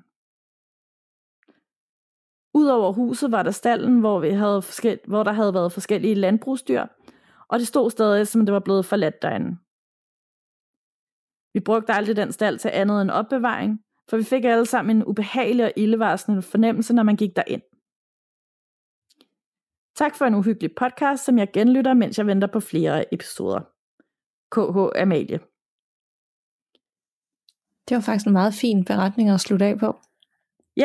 Udover huset var der stalden, hvor der havde været forskellige landbrugsdyr, og det stod stadig, som det var blevet forladt derinde. Vi brugte aldrig den stald til andet end opbevaring, for vi fik alle sammen en ubehagelig og ildevarslende fornemmelse, når man gik derind. Tak for en uhyggelig podcast, som jeg genlytter, mens jeg venter på flere episoder. KH Amalie. Det var faktisk en meget fin beretning at slutte af på. Ja.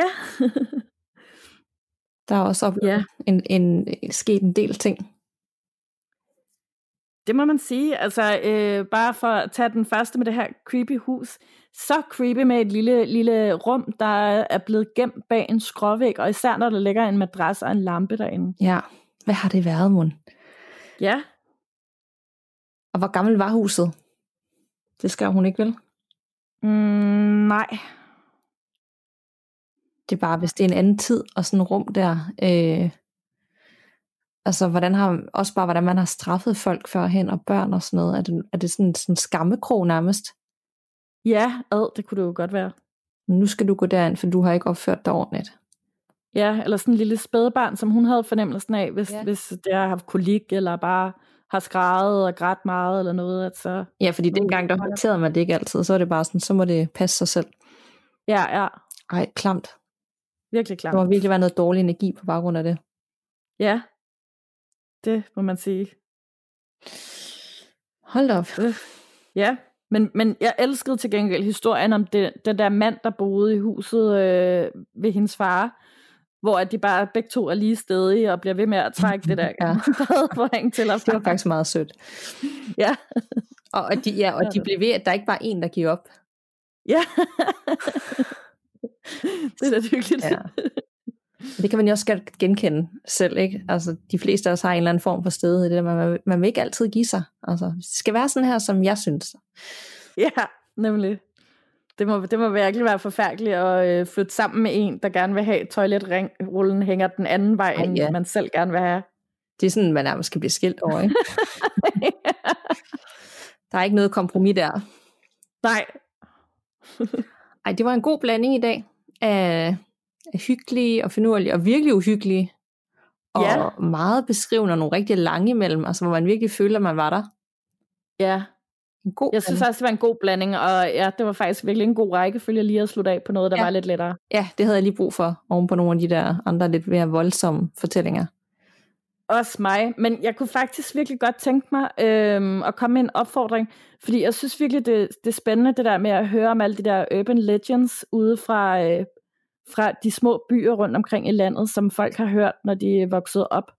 Der er også sket en del ting. Det må man sige. Altså, bare for at tage den første med det her creepy hus. Så creepy med et lille rum, der er blevet gemt bag en skråvæg, og især når der ligger en madras og en lampe derinde. Ja, hvad har det været, mon? Ja. Og hvor gammel var huset? Det skrev hun ikke, vel? Nej. Det er bare, hvis det er en anden tid, og sådan et rum der. Altså, hvordan man har straffet folk førhen, og børn og sådan noget. Er det sådan en skammekrog nærmest? Ja, det kunne det jo godt være. Nu skal du gå derind, for du har ikke opført dig ordentligt. Ja, eller sådan en lille spædbarn, som hun havde fornemmelsen af, hvis det har haft kolik, eller bare har skrædet og grædt meget, eller noget. At så... Ja, fordi dengang, der håndterede man det ikke altid, så er det bare sådan, så må det passe sig selv. Ja. Ej, klamt. Virkelig klamt. Der må virkelig være noget dårlig energi på baggrund af det. Ja, det må man sige. Hold op. Ja, men jeg elskede til gengæld historien om den der mand, der boede i huset ved hendes far, hvor at de bare begge to er lige stedige og bliver ved med at trække det der badeforhæng til og fra. Det var faktisk meget sødt. Ja. Og de blev ved, at der ikke var en, der gik op. Ja. Det er da hyggeligt. Ja. Det kan man jo også genkende selv, ikke? Altså, de fleste af os har en eller anden form for sted i det, man vil ikke altid give sig. Altså, det skal være sådan her, som jeg synes. Ja, nemlig. Det må virkelig være forfærdeligt at flytte sammen med en, der gerne vil have toiletrullen hænger den anden vej, end man selv gerne vil have. Det er sådan, man nærmest skal blive skilt over, ikke? Der er ikke noget kompromis der. Nej. Ej, det var en god blanding i dag af hyggelige og finurlige og virkelig uhyggelige. Og meget beskrivende og nogle rigtig lange imellem, altså hvor man virkelig føler, at man var der. Ja. Jeg synes også, det var en god blanding, og ja, det var faktisk virkelig en god rækkefølge lige at slutte af på noget, der var lidt lettere. Ja, det havde jeg lige brug for, oven på nogle af de der andre lidt mere voldsomme fortællinger. Også mig, men jeg kunne faktisk virkelig godt tænke mig at komme med en opfordring, fordi jeg synes virkelig, det er spændende det der med at høre om alle de der urban legends ude fra de små byer rundt omkring i landet, som folk har hørt, når de er vokset op.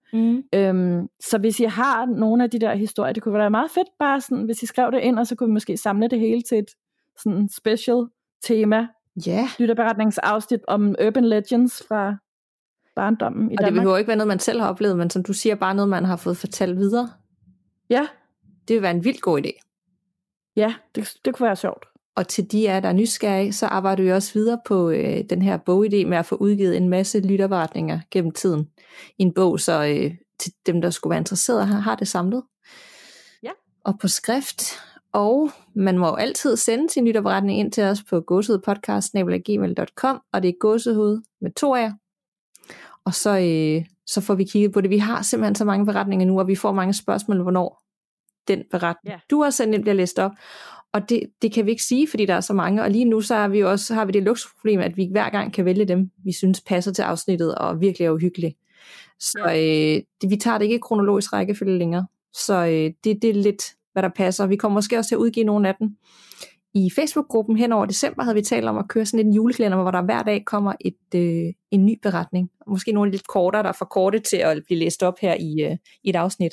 Så hvis I har nogle af de der historier, det kunne være meget fedt bare sådan, hvis I skrev det ind, og så kunne vi måske samle det hele til et sådan special tema. Lytterberetningsafsnit om urban legends fra barndommen i Danmark. Og det behøver ikke være noget, man selv har oplevet, men som du siger, bare noget, man har fået fortalt videre. Ja. Det vil være en vildt god idé. Ja, det kunne være sjovt. Og til de af der er nysgerrige, så arbejder vi også videre på den her bogidé med at få udgivet en masse lytterberetninger gennem tiden i en bog, så til dem, der skulle være interesserede, har det samlet. Ja. Og på skrift. Og man må jo altid sende sin lytterberetning ind til os på gåsehudpodcast@gmail.com, og det er gåsehud med 2 A'er. Og så får vi kigget på det. Vi har simpelthen så mange beretninger nu, og vi får mange spørgsmål, hvornår den beretning, du har sendt ind, bliver læst op. Og det kan vi ikke sige, fordi der er så mange. Og lige nu så har vi det luksusproblem, at vi hver gang kan vælge dem, vi synes passer til afsnittet, og virkelig er uhyggelige. Så vi tager det ikke i kronologisk rækkefølge længere. Så det er lidt, hvad der passer. Vi kommer måske også til at udgive nogle af dem. I Facebook-gruppen hen over december havde vi talt om at køre sådan en julekalender, hvor der hver dag kommer en ny beretning. Måske nogle lidt kortere, der er for korte til at blive læst op her i et afsnit.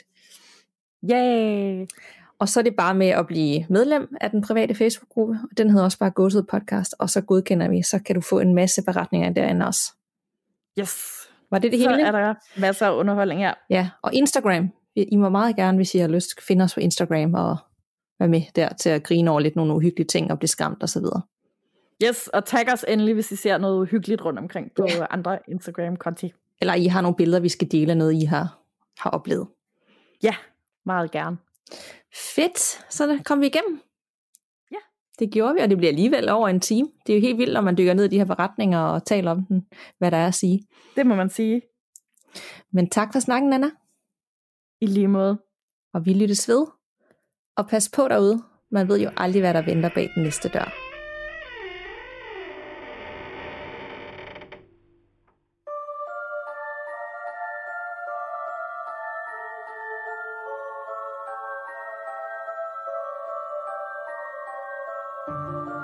Yay! Og så er det bare med at blive medlem af den private Facebook-gruppe, og den hedder også bare Gåsehud Podcast, og så godkender vi, så kan du få en masse beretninger derinde også. Yes! Var det hele? Så er der masser af underholdning her. Ja, og Instagram. I må meget gerne, hvis I har lyst, finde os på Instagram og være med der til at grine over lidt nogle uhyggelige ting og blive skræmt og så videre. Yes, og tag os endelig, hvis I ser noget uhyggeligt rundt omkring på andre Instagram-konti. Eller I har nogle billeder, vi skal dele af noget, I har oplevet. Ja, meget gerne. Fedt, så kom vi igennem. Ja. Det gjorde vi, og det bliver alligevel over en time. Det er jo helt vildt, når man dykker ned i de her beretninger og taler om den, hvad der er at sige. Det må man sige. Men tak for snakken, Anna. I lige måde. Og vi lyttes ved. Og pas på derude. Man ved jo aldrig, hvad der venter bag den næste dør. Thank you.